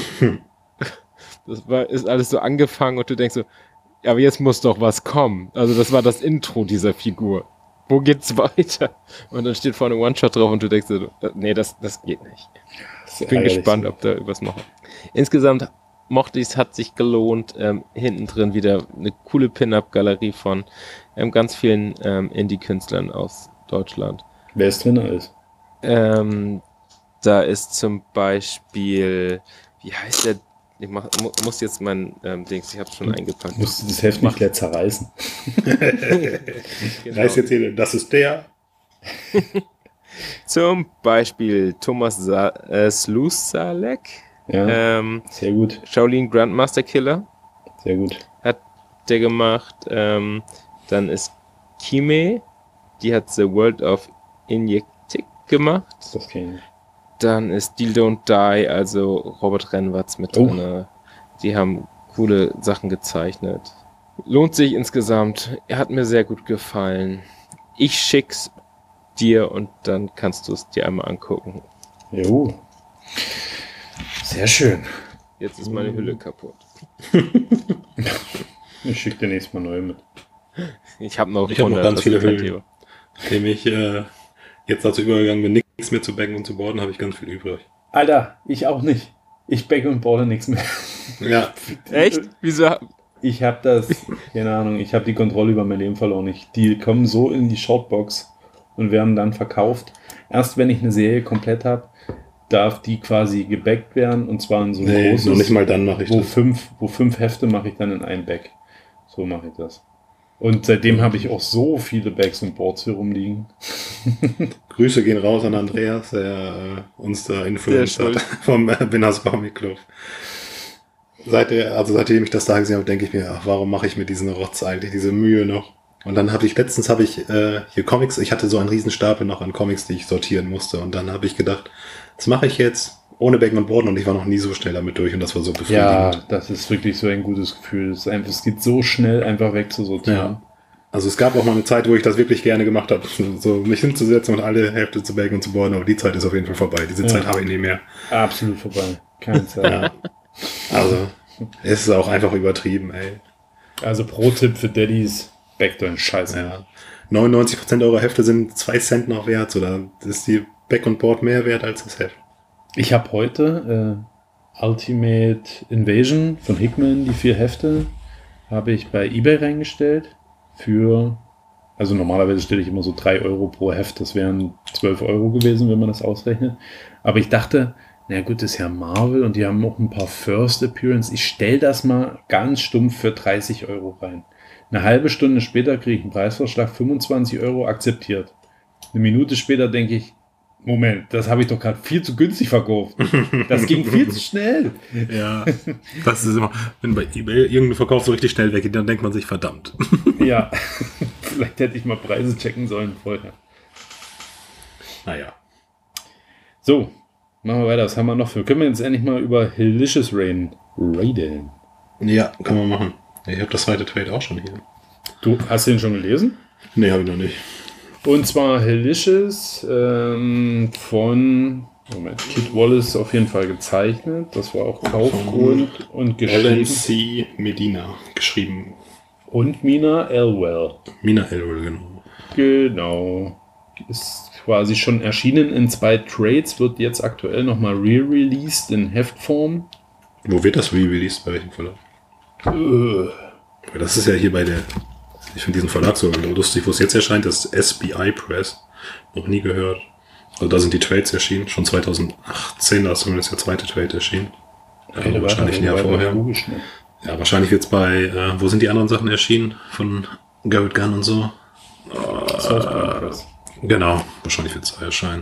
Speaker 3: Ist alles so angefangen und du denkst so, ja, aber jetzt muss doch was kommen. Also das war das Intro dieser Figur. Wo geht's weiter? Und dann steht vorne One-Shot drauf und du denkst so, nee, das geht nicht. Ich bin gespannt, ob da was machen. Insgesamt mochte ich es, hat sich gelohnt. Hinten drin wieder eine coole Pin-Up-Galerie von ganz vielen Indie-Künstlern aus Deutschland.
Speaker 2: Wer ist drin alles?
Speaker 3: Da ist zum Beispiel, wie heißt der? Ich muss jetzt mein Dings, ich hab's schon eingepackt.
Speaker 2: Musst du das Heft nicht gleich zerreißen?
Speaker 3: Genau.
Speaker 4: Heißt jetzt hier, das ist der.
Speaker 3: Zum Beispiel Thomas Slusalek.
Speaker 2: Ja, sehr gut.
Speaker 3: Shaolin Grandmaster Killer
Speaker 2: Sehr gut.
Speaker 3: hat der gemacht. Dann ist Kime, die hat The World of Injectic gemacht.
Speaker 2: Das kenne ich.
Speaker 3: Dann ist Deal Don't Die, also Robert Rennwatz mit drin. Die haben coole Sachen gezeichnet. Lohnt sich insgesamt. Er hat mir sehr gut gefallen. Ich schick's dir und dann kannst du es dir einmal angucken.
Speaker 2: Jo. Sehr schön.
Speaker 3: Jetzt ist meine Hülle kaputt.
Speaker 2: Ich schicke dir nächstes Mal neue mit.
Speaker 3: Ich habe noch,
Speaker 4: Ich hab noch ganz
Speaker 3: das
Speaker 4: viele
Speaker 3: ist kein
Speaker 4: Hüllen.
Speaker 3: Thema.
Speaker 4: Nachdem ich jetzt dazu übergegangen bin, nichts mehr zu backen und zu boarden, habe ich ganz viel übrig.
Speaker 2: Alter, ich auch nicht. Ich backe und boarde nichts mehr.
Speaker 4: Ja,
Speaker 3: Echt? Wieso?
Speaker 2: Ich habe das, keine Ahnung, ich habe die Kontrolle über mein Leben verloren. Die kommen so in die Shortbox und werden dann verkauft. Erst wenn ich eine Serie komplett habe, darf die quasi gebackt werden und zwar in so ein
Speaker 4: nee,
Speaker 2: großes,
Speaker 4: noch nicht mal dann mache ich
Speaker 2: wo
Speaker 4: das.
Speaker 2: fünf Hefte mache ich dann in ein Back. So mache ich das. Und seitdem habe ich auch so viele Bags und Boards hier rumliegen.
Speaker 4: Grüße gehen raus an Andreas, der uns da influenced hat vom Winners Comic Club. Seitdem ich das da gesehen habe, denke ich mir, ach, warum mache ich mir diesen Rotz eigentlich, diese Mühe noch? Und dann habe ich letztens hier Comics, ich hatte so einen riesen Stapel noch an Comics, die ich sortieren musste. Und dann habe ich gedacht, das mache ich jetzt ohne Backen und Boarden und ich war noch nie so schnell damit durch und das war so befriedigend.
Speaker 2: Ja, das ist wirklich so ein gutes Gefühl. Es geht so schnell einfach wegzusortieren.
Speaker 4: Ja. Also es gab auch mal eine Zeit, wo ich das wirklich gerne gemacht habe, so mich hinzusetzen und alle Hälfte zu backen und zu boarden, aber die Zeit ist auf jeden Fall vorbei. Diese Zeit habe ich nicht mehr.
Speaker 2: Absolut vorbei. Keine Zeit.
Speaker 4: Ja. Also es ist auch einfach übertrieben, ey.
Speaker 2: Also Pro-Tipp für Daddys, backt euren Scheiß.
Speaker 4: Ja. 99% eurer Hefte sind 2 Cent noch wert, so da ist die Back und Board mehr wert als das Heft.
Speaker 2: Ich habe heute Ultimate Invasion von Hickman, die 4 Hefte, habe ich bei eBay reingestellt also normalerweise stelle ich immer so 3 Euro pro Heft, das wären 12 Euro gewesen, wenn man das ausrechnet. Aber ich dachte, na gut, das ist ja Marvel und die haben auch ein paar First Appearance. Ich stelle das mal ganz stumpf für 30 Euro rein. Eine halbe Stunde später kriege ich einen Preisvorschlag, 25 Euro akzeptiert. Eine Minute später denke ich, Moment, das habe ich doch gerade viel zu günstig verkauft. Das ging viel zu schnell.
Speaker 4: Ja, das ist immer, wenn bei eBay irgendein Verkauf so richtig schnell weggeht, dann denkt man sich, verdammt.
Speaker 2: Ja, vielleicht hätte ich mal Preise checken sollen vorher.
Speaker 4: Naja.
Speaker 2: So, machen wir weiter. Was haben wir noch für? Können wir jetzt endlich mal über Hilicious Rain reden?
Speaker 4: Ja, kann man machen. Ich habe das zweite Trade auch schon hier.
Speaker 2: Du hast den schon gelesen?
Speaker 4: Nee, habe ich noch nicht.
Speaker 2: Und zwar Hilicious von Kid Wallace auf jeden Fall gezeichnet. Das war auch Kaufgrund und geschrieben.
Speaker 4: LNC Medina geschrieben.
Speaker 2: Und Mina Elwell.
Speaker 4: Mina Elwell, genau.
Speaker 2: Genau. Ist quasi schon erschienen in 2 Trades, wird jetzt aktuell nochmal re-released in Heftform.
Speaker 4: Wo wird das re-released? Bei welchem Verlag? Das ist ja hier bei der... Ich finde diesen Verlag so lustig, wo es jetzt erscheint, das SBI Press. Noch nie gehört. Also da sind die Trades erschienen. Schon 2018, da ist zumindest der zweite Trade erschienen. Ja, wahrscheinlich ein Jahr vorher. Ja, wahrscheinlich wird's bei, wo sind die anderen Sachen erschienen? Von Garrett Gunn und so? Genau, wahrscheinlich wird's da erscheinen.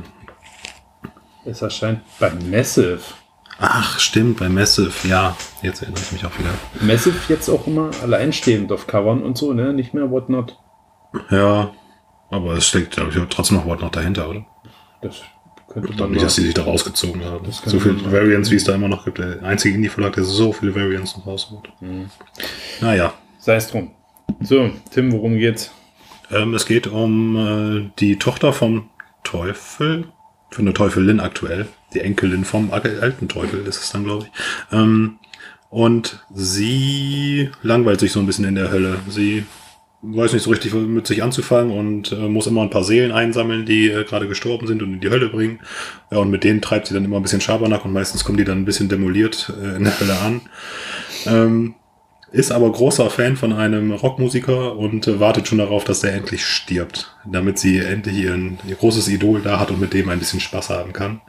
Speaker 2: Es erscheint bei Massive.
Speaker 4: Ach, stimmt, bei Massive, ja. Jetzt erinnere ich mich auch wieder.
Speaker 2: Massive jetzt auch immer alleinstehend auf Covern und so, ne? Nicht mehr Whatnot.
Speaker 4: Ja, aber es steckt, glaube ich, trotzdem noch Whatnot dahinter, oder?
Speaker 2: Das könnte
Speaker 4: Ich glaube nicht, dass die sich da rausgezogen haben. So viele
Speaker 2: man
Speaker 4: Variants, wie es da immer noch gibt. Der einzige Indie-Verlag, der so viele Variants noch rausholt. Naja.
Speaker 2: Sei es drum. So, Tim, worum geht's?
Speaker 4: Es geht um die Tochter vom Teufel, von der Teufelin aktuell, die Enkelin vom alten Teufel ist es dann, glaube ich. Und sie langweilt sich so ein bisschen in der Hölle. Sie weiß nicht so richtig mit sich anzufangen und muss immer ein paar Seelen einsammeln, die gerade gestorben sind und in die Hölle bringen. Ja, und mit denen treibt sie dann immer ein bisschen Schabernack und meistens kommen die dann ein bisschen demoliert in der Hölle an. Ist aber großer Fan von einem Rockmusiker und wartet schon darauf, dass der endlich stirbt, damit sie endlich ihr großes Idol da hat und mit dem ein bisschen Spaß haben kann.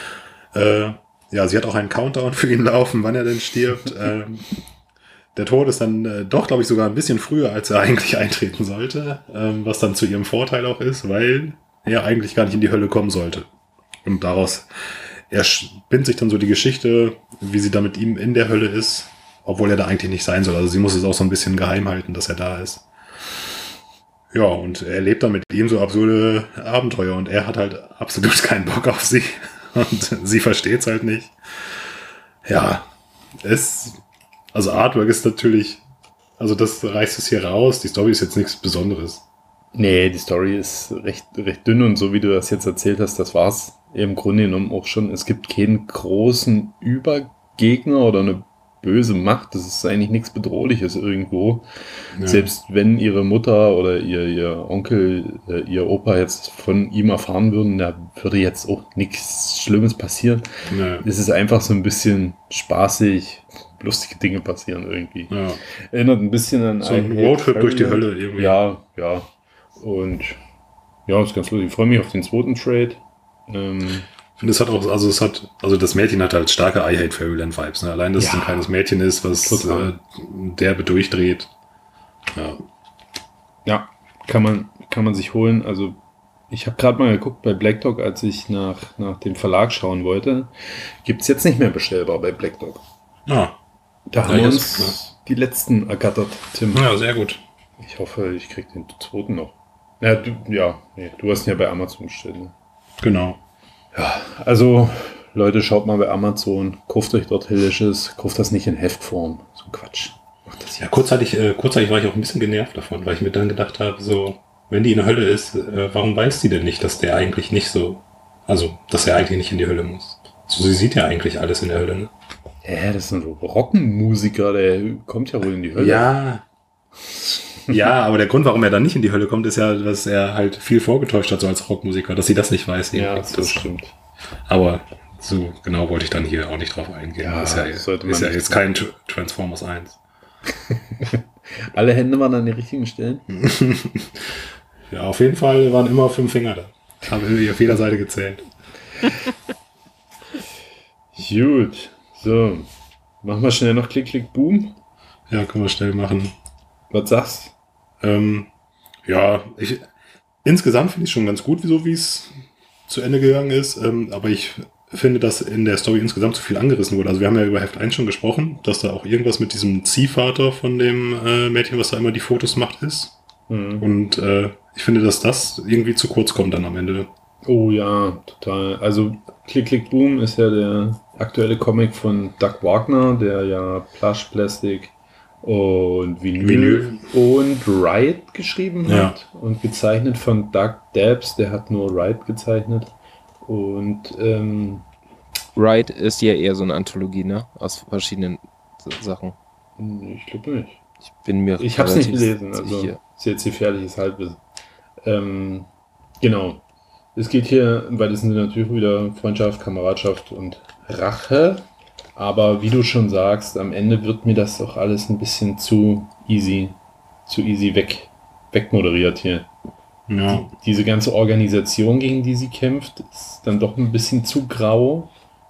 Speaker 4: Ja, sie hat auch einen Countdown für ihn laufen, wann er denn stirbt. Der Tod ist dann doch, glaube ich, sogar ein bisschen früher, als er eigentlich eintreten sollte, was dann zu ihrem Vorteil auch ist, weil er eigentlich gar nicht in die Hölle kommen sollte. Und daraus erspinnt sich dann so die Geschichte, wie sie da mit ihm in der Hölle ist, obwohl er da eigentlich nicht sein soll. Also sie muss es auch so ein bisschen geheim halten, dass er da ist. Ja, und er lebt dann mit ihm so absurde Abenteuer und er hat halt absolut keinen Bock auf sie. Und sie versteht es halt nicht. Ja, also Artwork ist natürlich, also das reißt es hier raus. Die Story ist jetzt nichts Besonderes.
Speaker 2: Nee, die Story ist recht dünn und so wie du das jetzt erzählt hast, das war's im Grunde genommen auch schon. Es gibt keinen großen Übergegner oder eine böse Macht. Das ist eigentlich nichts Bedrohliches irgendwo. Ja. Selbst wenn ihre Mutter oder ihr Onkel, ihr Opa jetzt von ihm erfahren würden, da würde jetzt auch nichts Schlimmes passieren. Ja. Es ist einfach so ein bisschen spaßig, lustige Dinge passieren irgendwie. Ja. Erinnert ein bisschen an
Speaker 4: so ein Roadtrip durch die Hölle irgendwie.
Speaker 2: Ja. Und ja, ist ganz lustig. Ich freue mich auf den zweiten Trade.
Speaker 4: Ich finde, das Mädchen hat halt starke I Hate Fairyland Vibes. Ne? Allein, dass es ein kleines Mädchen ist, was derbe durchdreht.
Speaker 2: Ja, kann man sich holen. Also ich habe gerade mal geguckt bei Black Dog, als ich nach dem Verlag schauen wollte. Gibt es jetzt nicht mehr bestellbar bei Black Dog.
Speaker 4: Ah.
Speaker 2: Da haben wir uns die letzten ergattert, Tim.
Speaker 4: Ja, sehr gut.
Speaker 2: Ich hoffe, ich kriege den zweiten noch. Ja, du hast ihn ja bei Amazon bestellt. Ne?
Speaker 4: Genau.
Speaker 2: Ja, also Leute, schaut mal bei Amazon, kauft euch dort Hellisches, kauft das nicht in Heftform. So Quatsch. Macht das
Speaker 4: ja, kurzzeitig war ich auch ein bisschen genervt davon, weil ich mir dann gedacht habe, so, wenn die in der Hölle ist, warum weiß sie denn nicht, dass der eigentlich nicht so, also, dass er eigentlich nicht in die Hölle muss? So, sie sieht ja eigentlich alles in der Hölle, ne?
Speaker 2: Ja, das ist ein Rockenmusiker, der kommt ja wohl in die Hölle.
Speaker 4: Ja. Ja, aber der Grund, warum er dann nicht in die Hölle kommt, ist ja, dass er halt viel vorgetäuscht hat, so als Rockmusiker, dass sie das nicht weiß.
Speaker 2: Ja, das stimmt.
Speaker 4: Aber so genau wollte ich dann hier auch nicht drauf eingehen.
Speaker 2: Ja,
Speaker 4: ist ja jetzt kein Transformers 1.
Speaker 2: Alle Hände waren an den richtigen Stellen?
Speaker 4: Ja, auf jeden Fall waren immer 5 Finger da. Haben irgendwie auf jeder Seite gezählt.
Speaker 2: Gut, so. Machen wir schnell noch Klick, Klick, Boom.
Speaker 4: Ja, können wir schnell machen.
Speaker 2: Was sagst
Speaker 4: du? Ja, insgesamt finde ich schon ganz gut, wie es zu Ende gegangen ist. Aber ich finde, dass in der Story insgesamt zu viel angerissen wurde. Also wir haben ja über Heft 1 schon gesprochen, dass da auch irgendwas mit diesem Ziehvater von dem Mädchen, was da immer die Fotos macht, ist. Mhm. Und ich finde, dass das irgendwie zu kurz kommt dann am Ende.
Speaker 2: Oh ja, total. Also Klick, Klick, Boom ist ja der aktuelle Comic von Doug Wagner, der ja Plush, Plastic und Vinyl und Riot geschrieben hat und gezeichnet von Doug Dabbs, der hat nur Riot gezeichnet und
Speaker 3: Riot ist ja eher so eine Anthologie, ne? Aus verschiedenen Sachen.
Speaker 2: Ich glaube nicht.
Speaker 3: Ich
Speaker 2: habe es nicht gelesen, also ist jetzt gefährliches Halbwissen. Genau. Es geht hier im weitesten Sinne natürlich wieder Freundschaft, Kameradschaft und Rache. Aber wie du schon sagst, am Ende wird mir das doch alles ein bisschen zu easy wegmoderiert hier. Ja. Diese ganze Organisation, gegen die sie kämpft, ist dann doch ein bisschen zu grau.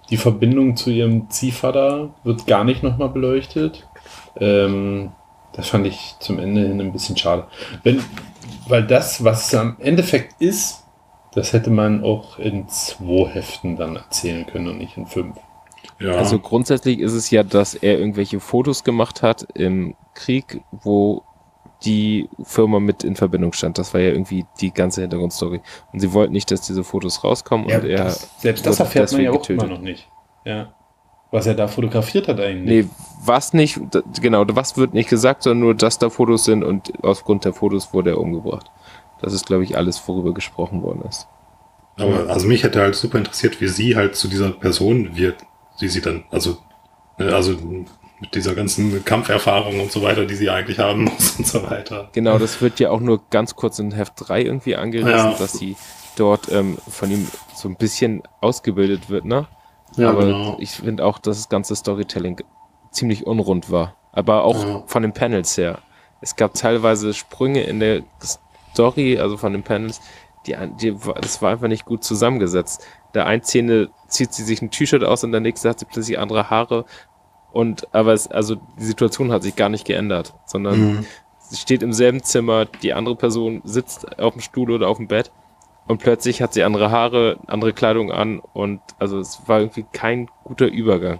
Speaker 2: Die Verbindung zu ihrem Ziehvater wird gar nicht nochmal beleuchtet. Das fand ich zum Ende hin ein bisschen schade. Weil das, was es am Endeffekt ist, das hätte man auch in 2 Heften dann erzählen können und nicht in 5.
Speaker 4: Ja.
Speaker 3: Also grundsätzlich ist es ja, dass er irgendwelche Fotos gemacht hat im Krieg, wo die Firma mit in Verbindung stand. Das war ja irgendwie die ganze Hintergrundstory. Und sie wollten nicht, dass diese Fotos rauskommen.
Speaker 2: Ja,
Speaker 3: und er
Speaker 2: selbst das
Speaker 3: wurde
Speaker 2: erfährt man ja
Speaker 3: deswegen
Speaker 2: auch immer noch nicht. Ja. Was er da fotografiert hat eigentlich.
Speaker 3: Nee, was nicht, genau, was wird nicht gesagt, sondern nur, dass da Fotos sind und aufgrund der Fotos wurde er umgebracht. Das ist, glaube ich, alles, worüber gesprochen worden ist.
Speaker 4: Aber also mich hätte halt super interessiert, wie sie halt zu dieser Person wird, die sie dann, also mit dieser ganzen Kampferfahrung und so weiter, die sie eigentlich haben muss und so weiter.
Speaker 3: Genau, das wird ja auch nur ganz kurz in Heft 3 irgendwie angerissen, dass sie dort von ihm so ein bisschen ausgebildet wird, ne?
Speaker 4: Ja,
Speaker 3: aber
Speaker 4: genau.
Speaker 3: ich finde auch, dass das ganze Storytelling ziemlich unrund war. Aber auch von den Panels her. Es gab teilweise Sprünge in der Story, also von den Panels, das war einfach nicht gut zusammengesetzt. Der einen Szene zieht sie sich ein T-Shirt aus und der nächste hat sie plötzlich andere Haare. Aber die Situation hat sich gar nicht geändert, sondern sie steht im selben Zimmer, die andere Person sitzt auf dem Stuhl oder auf dem Bett und plötzlich hat sie andere Haare, andere Kleidung an und also es war irgendwie kein guter Übergang.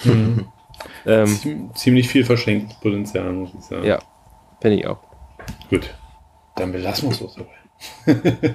Speaker 2: Ziemlich viel verschenktes Potenzial, muss ich sagen.
Speaker 3: Ja, finde ich auch.
Speaker 2: Gut, dann belassen wir es auch dabei.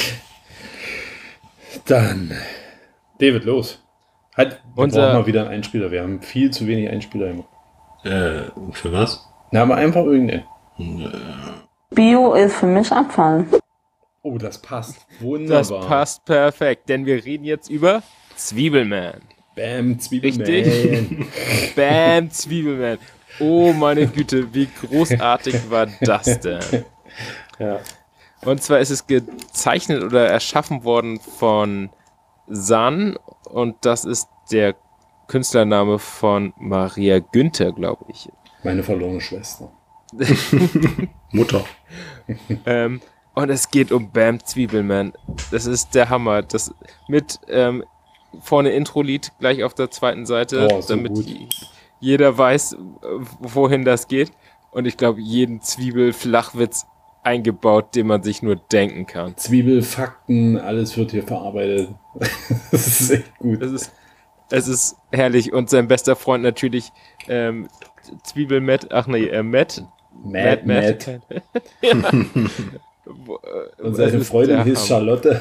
Speaker 2: Dann, David, los. Wir brauchen mal wieder einen Einspieler. Wir haben viel zu wenig Einspieler gemacht.
Speaker 4: Für was?
Speaker 2: Na, aber einfach irgendeinen.
Speaker 7: Bio ist für mich Abfall.
Speaker 2: Oh, das passt. Wunderbar.
Speaker 3: Das passt perfekt, denn wir reden jetzt über Zwiebelman.
Speaker 2: Bam, Zwiebelman.
Speaker 3: Richtig? Bam, Zwiebelman. Oh meine Güte, wie großartig war das denn?
Speaker 2: Ja.
Speaker 3: Und zwar ist es gezeichnet oder erschaffen worden von San und das ist der Künstlername von Maria Günther, glaube ich.
Speaker 2: Meine verlorene Schwester.
Speaker 4: Mutter.
Speaker 3: Und es geht um Bam Zwiebelman. Das ist der Hammer. Das mit vorne Intro-Lied gleich auf der zweiten Seite,
Speaker 2: so
Speaker 3: damit
Speaker 2: gut.
Speaker 3: Jeder weiß, wohin das geht. Und ich glaube, jeden Zwiebel-Flachwitz eingebaut, den man sich nur denken kann.
Speaker 2: Zwiebelfakten, alles wird hier verarbeitet. Das ist echt gut.
Speaker 3: Es ist herrlich. Und sein bester Freund natürlich Zwiebel-Matt. Matt.
Speaker 2: Matt.
Speaker 3: Ja.
Speaker 2: Und seine Freundin hieß Charlotte.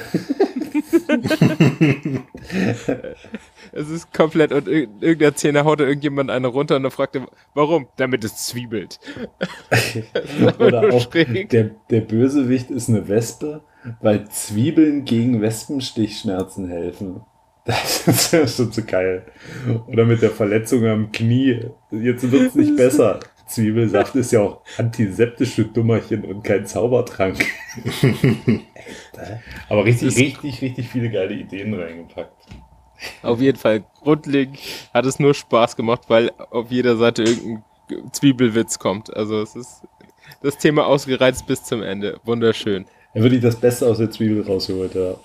Speaker 3: Es ist komplett, und irgendeiner Szene haut irgendjemand eine runter und dann fragt er, warum? Damit es zwiebelt.
Speaker 2: Oder auch der Bösewicht ist eine Wespe, weil Zwiebeln gegen Wespenstichschmerzen helfen. Das ist ja schon so geil. Oder mit der Verletzung am Knie. Jetzt wird es nicht besser. Zwiebelsaft ist ja auch antiseptisch, du Dummerchen, und kein Zaubertrank. Aber richtig viele geile Ideen reingepackt.
Speaker 3: Auf jeden Fall. Grundlegend hat es nur Spaß gemacht, weil auf jeder Seite irgendein Zwiebelwitz kommt. Also es ist das Thema ausgereizt bis zum Ende. Wunderschön.
Speaker 2: Er wirklich das Beste aus der Zwiebel rausgeholt, ja.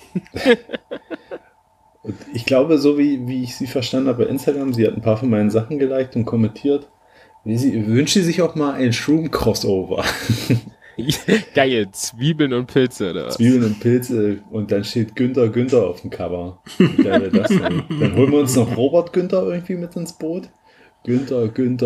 Speaker 2: Und ich glaube, so wie ich sie verstanden habe bei Instagram, sie hat ein paar von meinen Sachen geliked und kommentiert. Wünscht sie sich auch mal ein Shroom-Crossover.
Speaker 3: Geil, Zwiebeln und Pilze, oder was?
Speaker 2: Zwiebeln und Pilze, und dann steht Günther auf dem Cover. Wie geil wäre das denn? Dann holen wir uns noch Robert Günther irgendwie mit ins Boot. Günther.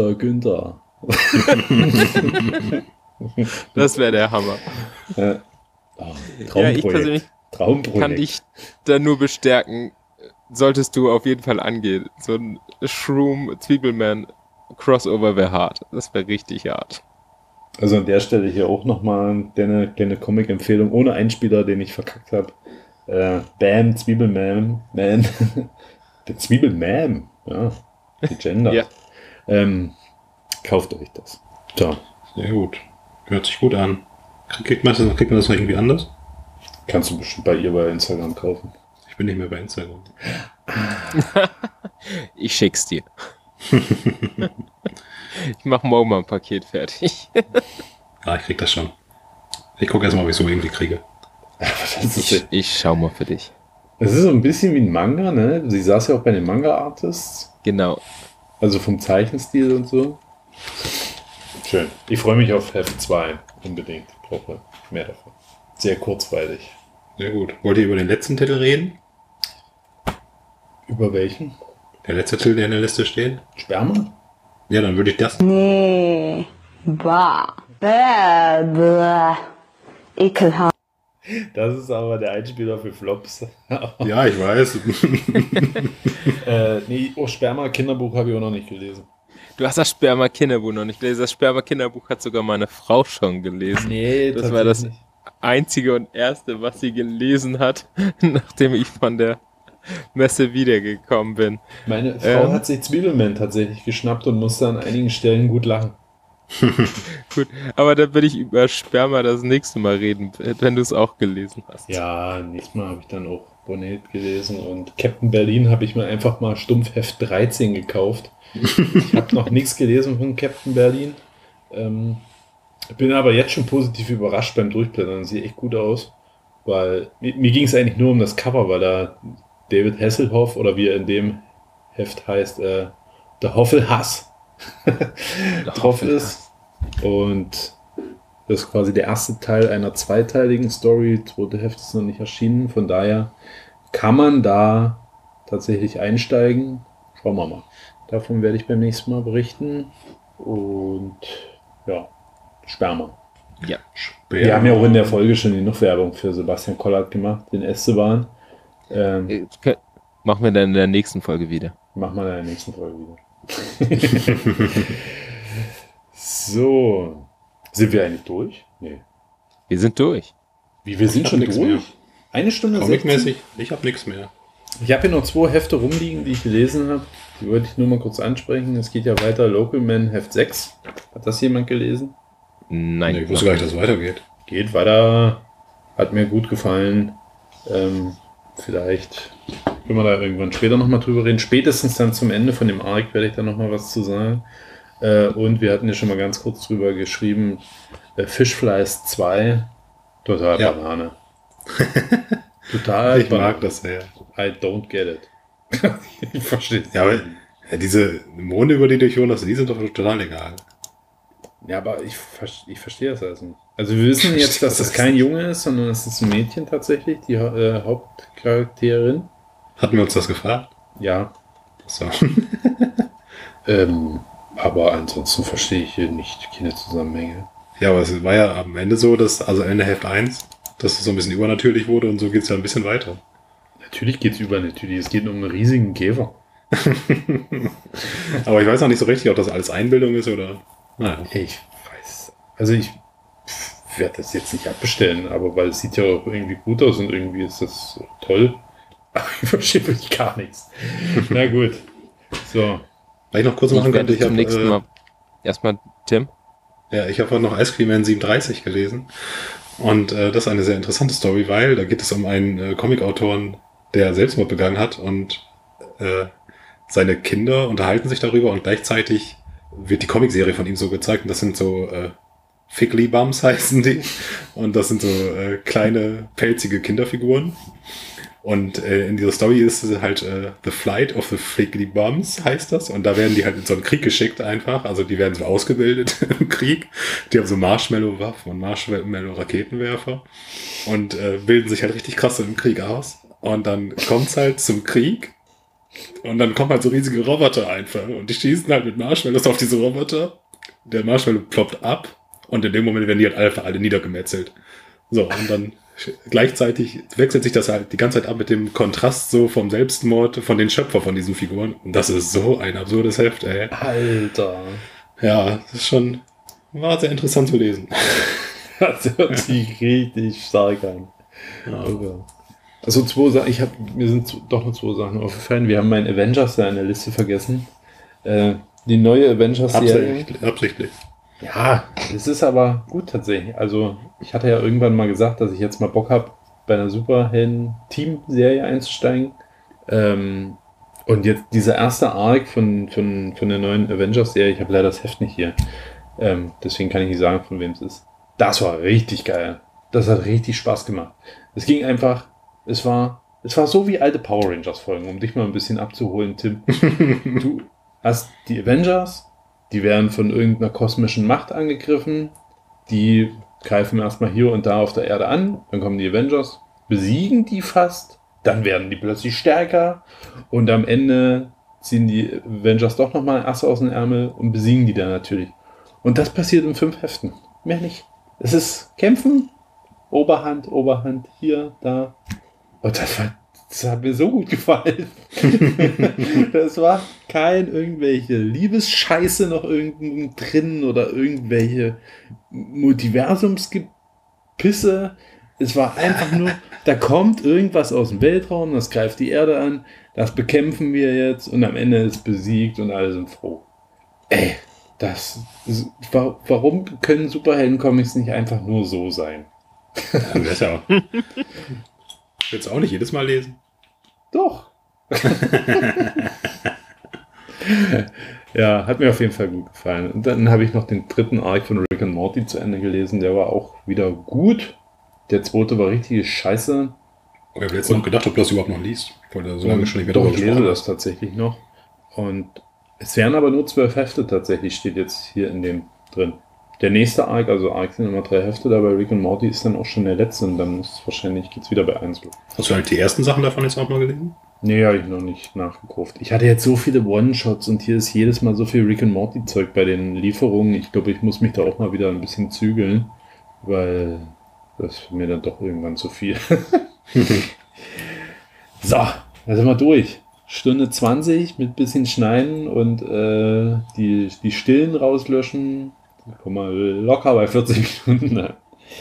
Speaker 3: Das wäre der Hammer.
Speaker 2: Ja. Traumprojekt.
Speaker 3: Ja, ich persönlich
Speaker 2: Traumprojekt.
Speaker 3: kann dich da nur bestärken. Solltest du auf jeden Fall angehen. So ein Shroom-Zwiebelman-Crossover wäre hart. Das wäre richtig hart.
Speaker 2: Also an der Stelle hier auch nochmal eine kleine Comic-Empfehlung ohne Einspieler, den ich verkackt habe. Bam, Zwiebelman. Der Zwiebelman. Ja, die Gender.
Speaker 3: Ja.
Speaker 2: Kauft euch das. So.
Speaker 4: Sehr gut. Hört sich gut an. Kriegt man das noch irgendwie anders?
Speaker 2: Kannst du bestimmt bei ihr bei Instagram kaufen.
Speaker 4: Ich bin nicht mehr bei Instagram.
Speaker 3: Ich schick's dir. Ich mach morgen mal ein Paket fertig.
Speaker 4: Ja, ich krieg das schon. Ich gucke erstmal, ob ich so irgendwie kriege.
Speaker 3: Ich schau mal für dich.
Speaker 2: Es ist so ein bisschen wie ein Manga, ne? Sie saß ja auch bei den Manga-Artists.
Speaker 3: Genau.
Speaker 2: Also vom Zeichenstil und so. Schön. Ich freue mich auf Heft 2. Unbedingt. Ich brauche mehr davon. Sehr kurzweilig.
Speaker 4: Sehr gut. Wollt ihr über den letzten Titel reden?
Speaker 2: Über welchen?
Speaker 4: Der letzte Titel, der in der Liste steht?
Speaker 2: Sperma?
Speaker 4: Ja, dann würde ich das.
Speaker 7: Nee. Bah. Bäh, bäh. Ekelhaft.
Speaker 2: Das ist aber der Einspieler für Flops.
Speaker 4: Ja, ich weiß.
Speaker 2: Sperma Kinderbuch habe ich auch noch nicht gelesen.
Speaker 3: Du hast das Sperma-Kinderbuch noch nicht gelesen. Das Sperma-Kinderbuch hat sogar meine Frau schon gelesen.
Speaker 2: Nee,
Speaker 3: das war das einzige und erste, was sie gelesen hat, nachdem ich von der Messe wiedergekommen bin.
Speaker 2: Meine Frau hat sich Zwiebelman tatsächlich geschnappt und musste an einigen Stellen gut lachen.
Speaker 3: Gut, aber dann würde ich über Sperma das nächste Mal reden, wenn du es auch gelesen hast.
Speaker 2: Ja, nächstes Mal habe ich dann auch Bonnet gelesen und Captain Berlin habe ich mir einfach mal Stumpfheft 13 gekauft. Ich habe noch nichts gelesen von Captain Berlin. Bin aber jetzt schon positiv überrascht beim Durchblättern. Sieht echt gut aus, weil mir ging es eigentlich nur um das Cover, weil da David Hasselhoff oder wie er in dem Heft heißt, der Hoffelhass drauf ist. Und das ist quasi der erste Teil einer zweiteiligen Story. Das zweite Heft ist noch nicht erschienen. Von daher kann man da tatsächlich einsteigen. Schauen wir mal. Davon werde ich beim nächsten Mal berichten. Und ja, Sperma.
Speaker 3: Ja.
Speaker 2: Wir haben ja auch in der Folge schon genug Werbung für Sebastian Kollert gemacht, den Esteban.
Speaker 3: Machen wir dann in der nächsten Folge wieder.
Speaker 2: Machen wir in der nächsten Folge wieder. So. Sind wir eigentlich durch? Nee.
Speaker 3: Wir sind durch.
Speaker 2: Wie, wir sind schon
Speaker 4: nix
Speaker 2: durch?
Speaker 4: mehr.
Speaker 2: 1 Stunde 16?
Speaker 4: Comic-mäßig? Ich habe nichts mehr.
Speaker 2: Ich habe hier noch 2 Hefte rumliegen, die ich gelesen habe. Die wollte ich nur mal kurz ansprechen. Es geht ja weiter. Local Man Heft 6. Hat das jemand gelesen?
Speaker 3: Nein.
Speaker 4: Nee, ich wusste gar nicht, dass es weitergeht.
Speaker 2: Geht weiter. Hat mir gut gefallen. Vielleicht können wir da irgendwann später nochmal drüber reden. Spätestens dann zum Ende von dem Arc werde ich da nochmal was zu sagen. Und wir hatten ja schon mal ganz kurz drüber geschrieben, Fishflies 2, total
Speaker 4: Ja.
Speaker 2: Banane. Total
Speaker 4: Ich mag das sehr.
Speaker 2: I don't get it. Ich verstehe es.
Speaker 4: Ja, aber diese Monde, über die du dich die sind doch total egal.
Speaker 2: Ja, aber ich verstehe das alles nicht. Also wir wissen jetzt, dass das kein Junge ist, sondern es ist ein Mädchen tatsächlich, die Hauptcharakterin.
Speaker 4: Hatten wir uns das gefragt?
Speaker 2: Ja.
Speaker 4: So.
Speaker 2: Aber ansonsten verstehe ich hier nicht keine Zusammenhänge.
Speaker 4: Ja, aber es war ja am Ende so, dass, also Ende Heft 1, dass es so ein bisschen übernatürlich wurde und so geht es ja ein bisschen weiter.
Speaker 2: Natürlich geht es übernatürlich. Es geht um einen riesigen Käfer.
Speaker 4: Aber ich weiß noch nicht so richtig, ob das alles Einbildung ist oder... Naja.
Speaker 2: Ich weiß. Also ich werde das jetzt nicht abbestellen, aber weil es sieht ja auch irgendwie gut aus und irgendwie ist das toll. Aber ich verstehe wirklich gar nichts. Na gut. So.
Speaker 4: Weil ich noch kurz machen könnte, ich
Speaker 3: zum
Speaker 4: habe
Speaker 3: nächsten Mal. Erstmal Tim.
Speaker 4: ja, ich habe noch Ice Cream Man 37 gelesen. Und das ist eine sehr interessante Story, weil da geht es um einen Comicautoren, der Selbstmord begangen hat und seine Kinder unterhalten sich darüber und gleichzeitig wird die Comicserie von ihm so gezeigt und das sind so Figgly Bums heißen die und das sind so kleine pelzige Kinderfiguren und in dieser Story ist es halt The Flight of the Figgly Bums heißt das und da werden die halt in so einen Krieg geschickt einfach, also die werden so ausgebildet im Krieg, die haben so Marshmallow-Waffen und Marshmallow-Raketenwerfer und bilden sich halt richtig krass im Krieg aus und dann kommt's halt zum Krieg. Und dann kommen halt so riesige Roboter einfach. Und die schießen halt mit Marshmallows auf diese Roboter. Der Marshmallow ploppt ab. Und in dem Moment werden die halt alle niedergemetzelt. So, und dann gleichzeitig wechselt sich das halt die ganze Zeit ab mit dem Kontrast so vom Selbstmord von den Schöpfern von diesen Figuren. Und das ist so ein absurdes Heft, ey.
Speaker 2: Alter.
Speaker 4: Ja, das ist schon... War sehr interessant zu lesen.
Speaker 2: Das hört sich richtig stark an.
Speaker 4: Ja.
Speaker 2: Okay. Also 2 Sachen, mir sind doch noch 2 Sachen aufgefallen. Wir haben meinen Avengers da in der Liste vergessen. Die neue Avengers-Serie.
Speaker 4: Absichtlich.
Speaker 2: Ja, es ist aber gut tatsächlich. Also ich hatte ja irgendwann mal gesagt, dass ich jetzt mal Bock habe, bei einer Superhelden-Team-Serie einzusteigen. Und jetzt dieser erste Arc von der neuen Avengers-Serie, ich habe leider das Heft nicht hier. Deswegen kann ich nicht sagen, von wem es ist. Das war richtig geil. Das hat richtig Spaß gemacht. Es ging einfach, es war Es war so wie alte Power Rangers-Folgen, um dich mal ein bisschen abzuholen, Tim. Du hast die Avengers, die werden von irgendeiner kosmischen Macht angegriffen, die greifen erstmal hier und da auf der Erde an, dann kommen die Avengers, besiegen die fast, dann werden die plötzlich stärker und am Ende ziehen die Avengers doch nochmal ein Ass aus dem Ärmel und besiegen die dann natürlich. Und das passiert in 5 Heften. Mehr nicht. Es ist Kämpfen, Oberhand, hier, da. Und das hat mir so gut gefallen. Das war kein irgendwelche Liebesscheiße noch irgendwo drin oder irgendwelche Multiversumsgepisse. Es war einfach nur, da kommt irgendwas aus dem Weltraum, das greift die Erde an, das bekämpfen wir jetzt und am Ende ist besiegt und alle sind froh. Ey, warum können Superhelden-Comics nicht einfach nur so sein?
Speaker 4: Ja, das ja auch. Willst du auch nicht jedes Mal lesen?
Speaker 2: Doch. Ja, hat mir auf jeden Fall gut gefallen. Und dann habe ich noch den 3. Arc von Rick and Morty zu Ende gelesen. Der war auch wieder gut. Der 2. war richtig scheiße.
Speaker 4: Ich habe letztens noch gedacht, ob du das überhaupt noch liest. Weil da so lange schon nicht mehr
Speaker 2: Doch,
Speaker 4: drüber
Speaker 2: ich lese
Speaker 4: gesprochen
Speaker 2: das tatsächlich noch. Und es wären aber nur 12 Hefte tatsächlich, steht jetzt hier in dem drin. Der nächste Arc, also Arc sind immer 3 Hefte, da bei Rick and Morty ist dann auch schon der letzte und dann ist wahrscheinlich geht's wieder bei 1 los.
Speaker 4: Hast du halt die ersten Sachen davon jetzt auch mal gelesen?
Speaker 2: Nee, habe ich noch nicht nachgekauft. Ich hatte jetzt so viele One-Shots und hier ist jedes Mal so viel Rick and Morty-Zeug bei den Lieferungen. Ich glaube, ich muss mich da auch mal wieder ein bisschen zügeln, weil das ist mir dann doch irgendwann zu viel. So, da sind wir durch. Stunde 20 mit bisschen Schneiden und die Stillen rauslöschen. Komm mal locker bei 40 Minuten an.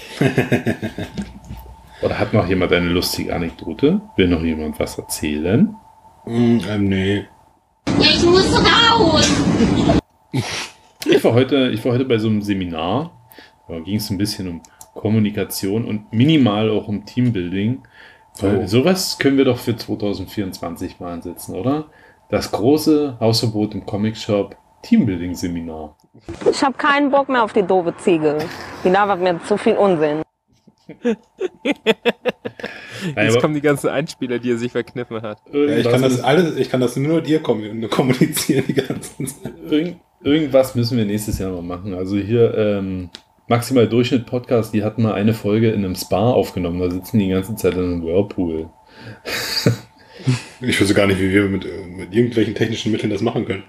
Speaker 2: Oder hat noch jemand eine lustige Anekdote? Will noch jemand was erzählen?
Speaker 4: Nee.
Speaker 6: Ich muss raus!
Speaker 2: Ich war heute bei so einem Seminar. Da ging es ein bisschen um Kommunikation und minimal auch um Teambuilding. Weil sowas können wir doch für 2024 mal ansetzen, oder? Das große Hausverbot im Comicshop Teambuilding-Seminar.
Speaker 7: Ich habe keinen Bock mehr auf die doofe Ziege. Die labert mir zu viel Unsinn.
Speaker 3: Jetzt kommen die ganzen Einspieler, die er sich verkniffen hat.
Speaker 4: Ja, ich kann das nur mit ihr kommunizieren die ganze Zeit.
Speaker 2: Irgendwas müssen wir nächstes Jahr mal machen. Also hier Maximal Durchschnitt Podcast, die hatten mal eine Folge in einem Spa aufgenommen. Da sitzen die ganze Zeit in einem Whirlpool.
Speaker 4: Ich wüsste gar nicht, wie wir mit irgendwelchen technischen Mitteln das machen können.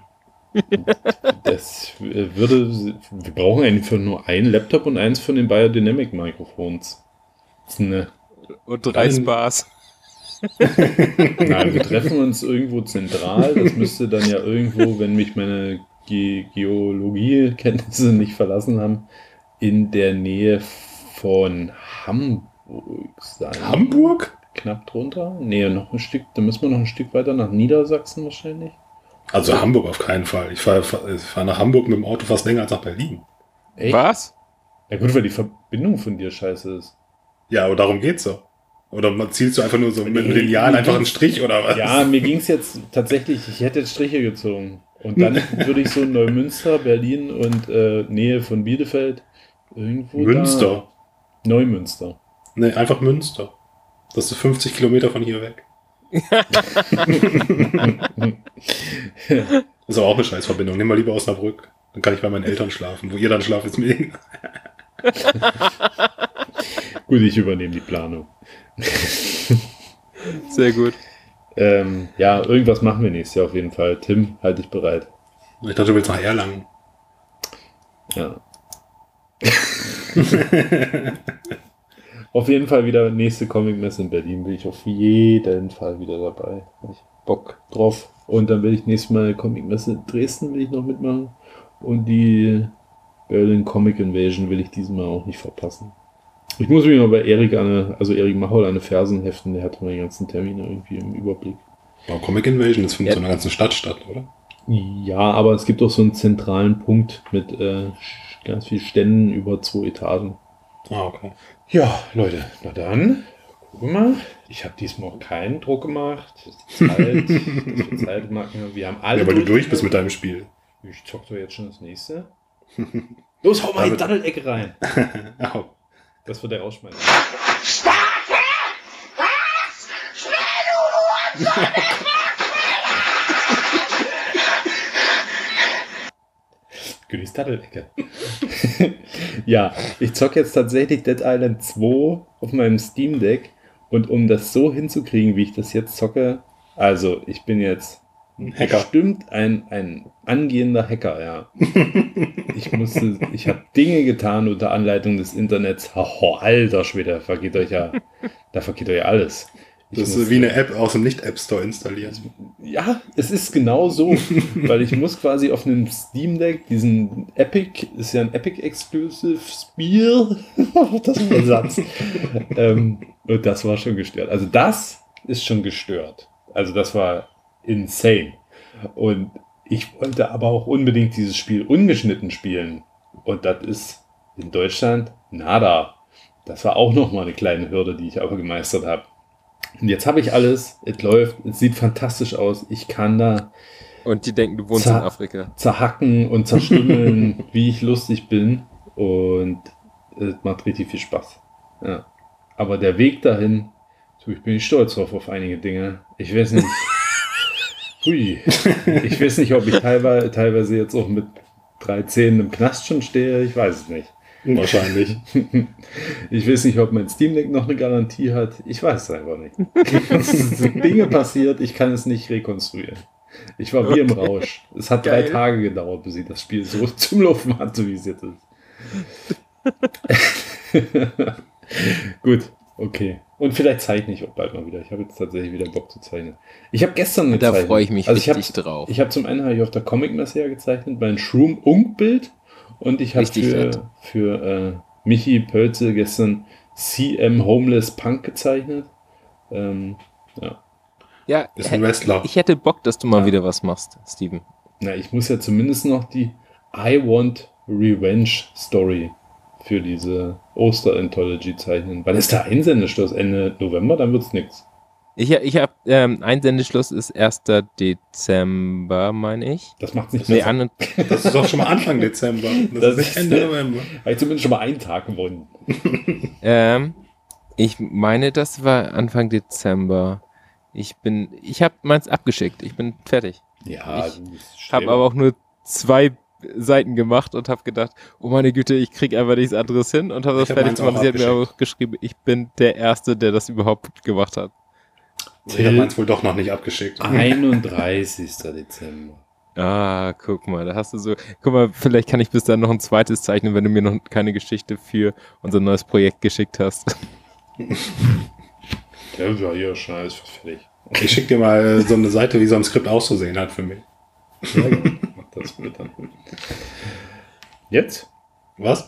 Speaker 2: Wir brauchen eigentlich nur einen Laptop und eins von den Biodynamic Mikrofons.
Speaker 3: Und 3 Spas.
Speaker 2: Nein, wir treffen uns irgendwo zentral. Das müsste dann ja irgendwo, wenn mich meine Geologiekenntnisse nicht verlassen haben, in der Nähe von Hamburg sein.
Speaker 4: Hamburg?
Speaker 2: Knapp drunter? Nee, noch ein Stück, da müssen wir noch ein Stück weiter nach Niedersachsen wahrscheinlich.
Speaker 4: Also Hamburg auf keinen Fall. Ich fahr nach Hamburg mit dem Auto fast länger als nach Berlin.
Speaker 2: Echt?
Speaker 3: Was?
Speaker 2: Ja gut, weil die Verbindung von dir scheiße ist.
Speaker 4: Ja, aber darum geht's doch. Oder zielst du einfach nur so mit dem Lineal einfach einen Strich oder was?
Speaker 2: Ja, mir ging's jetzt tatsächlich, ich hätte jetzt Striche gezogen. Und dann würde ich so Neumünster, Berlin und Nähe von Bielefeld irgendwo
Speaker 4: Münster.
Speaker 2: Da. Neumünster.
Speaker 4: Nee, einfach Münster. Das ist 50 Kilometer von hier weg. Das ist aber auch eine Scheißverbindung. Nimm mal lieber Osnabrück. Dann kann ich bei meinen Eltern schlafen. Wo ihr dann schlaft, ist mir egal.
Speaker 2: Gut, ich übernehme die Planung.
Speaker 3: Sehr gut.
Speaker 2: Ja, irgendwas machen wir nächstes Jahr auf jeden Fall. Tim, halt dich bereit.
Speaker 4: Ich dachte, du willst nach Erlangen.
Speaker 2: Ja. Auf jeden Fall wieder nächste Comic-Messe in Berlin. Bin ich auf jeden Fall wieder dabei. Hab ich Bock drauf. Und dann will ich nächstes Mal Comic-Messe in Dresden will ich noch mitmachen. Und die Berlin Comic Invasion will ich diesmal auch nicht verpassen. Ich muss mich mal bei Erik Machol an den Fersen heften. Der hat mal die ganzen Termine irgendwie im Überblick.
Speaker 4: Aber Comic Invasion, das findet so einer ganzen Stadt statt, oder?
Speaker 2: Ja, aber es gibt auch so einen zentralen Punkt mit ganz vielen Ständen über 2 Etagen.
Speaker 4: Ah, okay.
Speaker 2: Ja, Leute, na dann, gucken wir mal. Ich habe diesmal auch keinen Druck gemacht. Das ist Zeit, dass wir Zeit machen. Wir haben alle.
Speaker 4: Ja, weil du durch bist mit deinem Spiel.
Speaker 2: Ich zock doch jetzt schon das nächste. Los, hau mal die Daddelecke rein.
Speaker 4: Au.
Speaker 2: Das wird der rausschmeißen.
Speaker 6: Starke! Was? Schnell
Speaker 2: Günnis Daddelecke. Ja, ich zocke jetzt tatsächlich Dead Island 2 auf meinem Steam Deck und um das so hinzukriegen, wie ich das jetzt zocke, also ich bin jetzt
Speaker 4: Hacker.
Speaker 2: bestimmt ein angehender Hacker, ja. Ich habe Dinge getan unter Anleitung des Internets. Oh, alter Schwede, da vergeht euch ja alles.
Speaker 4: Das ist wie eine App aus dem Nicht-App-Store installieren.
Speaker 2: Ja, es ist genau so, weil ich muss quasi auf einem Steam Deck diesen Epic, ist ja ein Epic-Exclusive Spiel, das ist ein Satz, und das war schon gestört. Also das ist schon gestört. Also das war insane. Und ich wollte aber auch unbedingt dieses Spiel ungeschnitten spielen. Und das ist in Deutschland nada. Das war auch nochmal eine kleine Hürde, die ich aber gemeistert habe. Und jetzt habe ich alles, es läuft, es sieht fantastisch aus, ich kann da
Speaker 3: Und die denken, du wohnst in Afrika.
Speaker 2: zerhacken und zerstümmeln, wie ich lustig bin und es macht richtig viel Spaß. Ja. Aber der Weg dahin, so, ich bin nicht stolz drauf auf einige Dinge. Ich weiß nicht, ich weiß nicht, ob ich teilweise jetzt auch mit 3 Zähnen im Knast schon stehe, ich weiß es nicht.
Speaker 4: Wahrscheinlich.
Speaker 2: Ich weiß nicht, ob mein Steam Deck noch eine Garantie hat. Ich weiß es einfach nicht. Es sind Dinge passiert, ich kann es nicht rekonstruieren. Ich war wie im Rausch. Es hat 3 Tage gedauert, bis ich das Spiel so zum Laufen hatte, wie es jetzt ist. Gut, okay. Und vielleicht zeichne ich auch bald mal wieder. Ich habe jetzt tatsächlich wieder Bock zu zeichnen. Ich habe gestern gezeichnet.
Speaker 3: Da freue ich mich richtig drauf.
Speaker 2: Ich habe zum einen auf der Comic-Messe ja gezeichnet, mein Shroom-Unk-Bild. Und ich habe für Michi Pölze gestern CM Homeless Punk gezeichnet.
Speaker 3: Ja,
Speaker 4: Ist ein Wrestler.
Speaker 3: ich hätte Bock, dass du mal wieder was machst, Steven.
Speaker 2: Na, ich muss ja zumindest noch die I Want Revenge Story für diese Oster-Anthology zeichnen. Weil ist der Einsendeschluss Ende November, dann wird's nix.
Speaker 3: Ich habe Einsendeschluss ist 1. Dezember, meine ich.
Speaker 2: Das macht's nicht
Speaker 3: Nee,
Speaker 2: besser.
Speaker 4: Das ist doch schon mal Anfang Dezember. Das ist nicht Ende November.
Speaker 2: Habe ich zumindest schon mal einen Tag gewonnen.
Speaker 3: Ich meine, das war Anfang Dezember. Ich habe meins abgeschickt. Ich bin fertig.
Speaker 2: Ja,
Speaker 3: Ich habe aber auch nur 2 Seiten gemacht und habe gedacht, oh meine Güte, ich kriege einfach nichts anderes hin und habe das
Speaker 4: Ich hab
Speaker 3: fertig
Speaker 4: meins
Speaker 3: gemacht.
Speaker 4: auch
Speaker 3: Sie hat mir auch geschrieben, ich bin der Erste, der das überhaupt gemacht hat.
Speaker 4: Ich habe meins wohl doch noch nicht abgeschickt.
Speaker 2: 31. Dezember.
Speaker 3: Ah, guck mal, da hast du so. Guck mal, vielleicht kann ich bis dann noch ein zweites zeichnen, wenn du mir noch keine Geschichte für unser neues Projekt geschickt hast.
Speaker 2: Ja, hier schon alles fast fertig.
Speaker 4: Ich schicke dir mal so eine Seite, wie so ein Skript auszusehen hat für mich.
Speaker 2: Ja, mach das bitte. Jetzt?
Speaker 4: Was?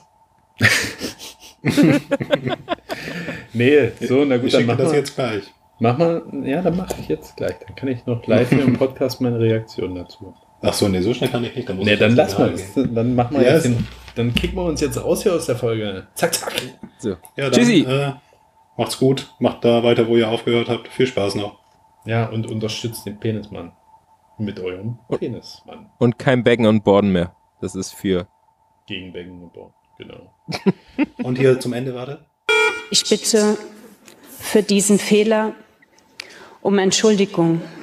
Speaker 2: Nee, so, na gut,
Speaker 4: Ich
Speaker 2: dann
Speaker 4: schicke
Speaker 2: mach
Speaker 4: das
Speaker 2: mal.
Speaker 4: jetzt gleich.
Speaker 2: Mach mal, ja, dann mache ich jetzt gleich. Dann kann ich noch live hier im Podcast meine Reaktion dazu.
Speaker 4: Ach so, nee, so schnell kann ich nicht. Dann muss
Speaker 2: Nee,
Speaker 4: ich
Speaker 2: dann
Speaker 4: ins
Speaker 2: lass mal.
Speaker 4: Regal gehen.
Speaker 2: Dann machen wir
Speaker 4: Ja,
Speaker 2: jetzt
Speaker 4: ist-
Speaker 2: dann kicken wir uns jetzt raus hier aus der Folge. Zack, zack.
Speaker 3: So.
Speaker 4: Ja, dann,
Speaker 3: Tschüssi.
Speaker 4: Macht's gut. Macht da weiter, wo ihr aufgehört habt. Viel Spaß noch.
Speaker 2: Ja, und unterstützt den Penismann. Mit eurem Penismann.
Speaker 3: Und kein Baggen on Boarden mehr. Das ist für.
Speaker 2: Gegen Becken und Born. Genau.
Speaker 4: Und hier zum Ende, warte.
Speaker 8: Ich bitte für diesen Fehler um Entschuldigung.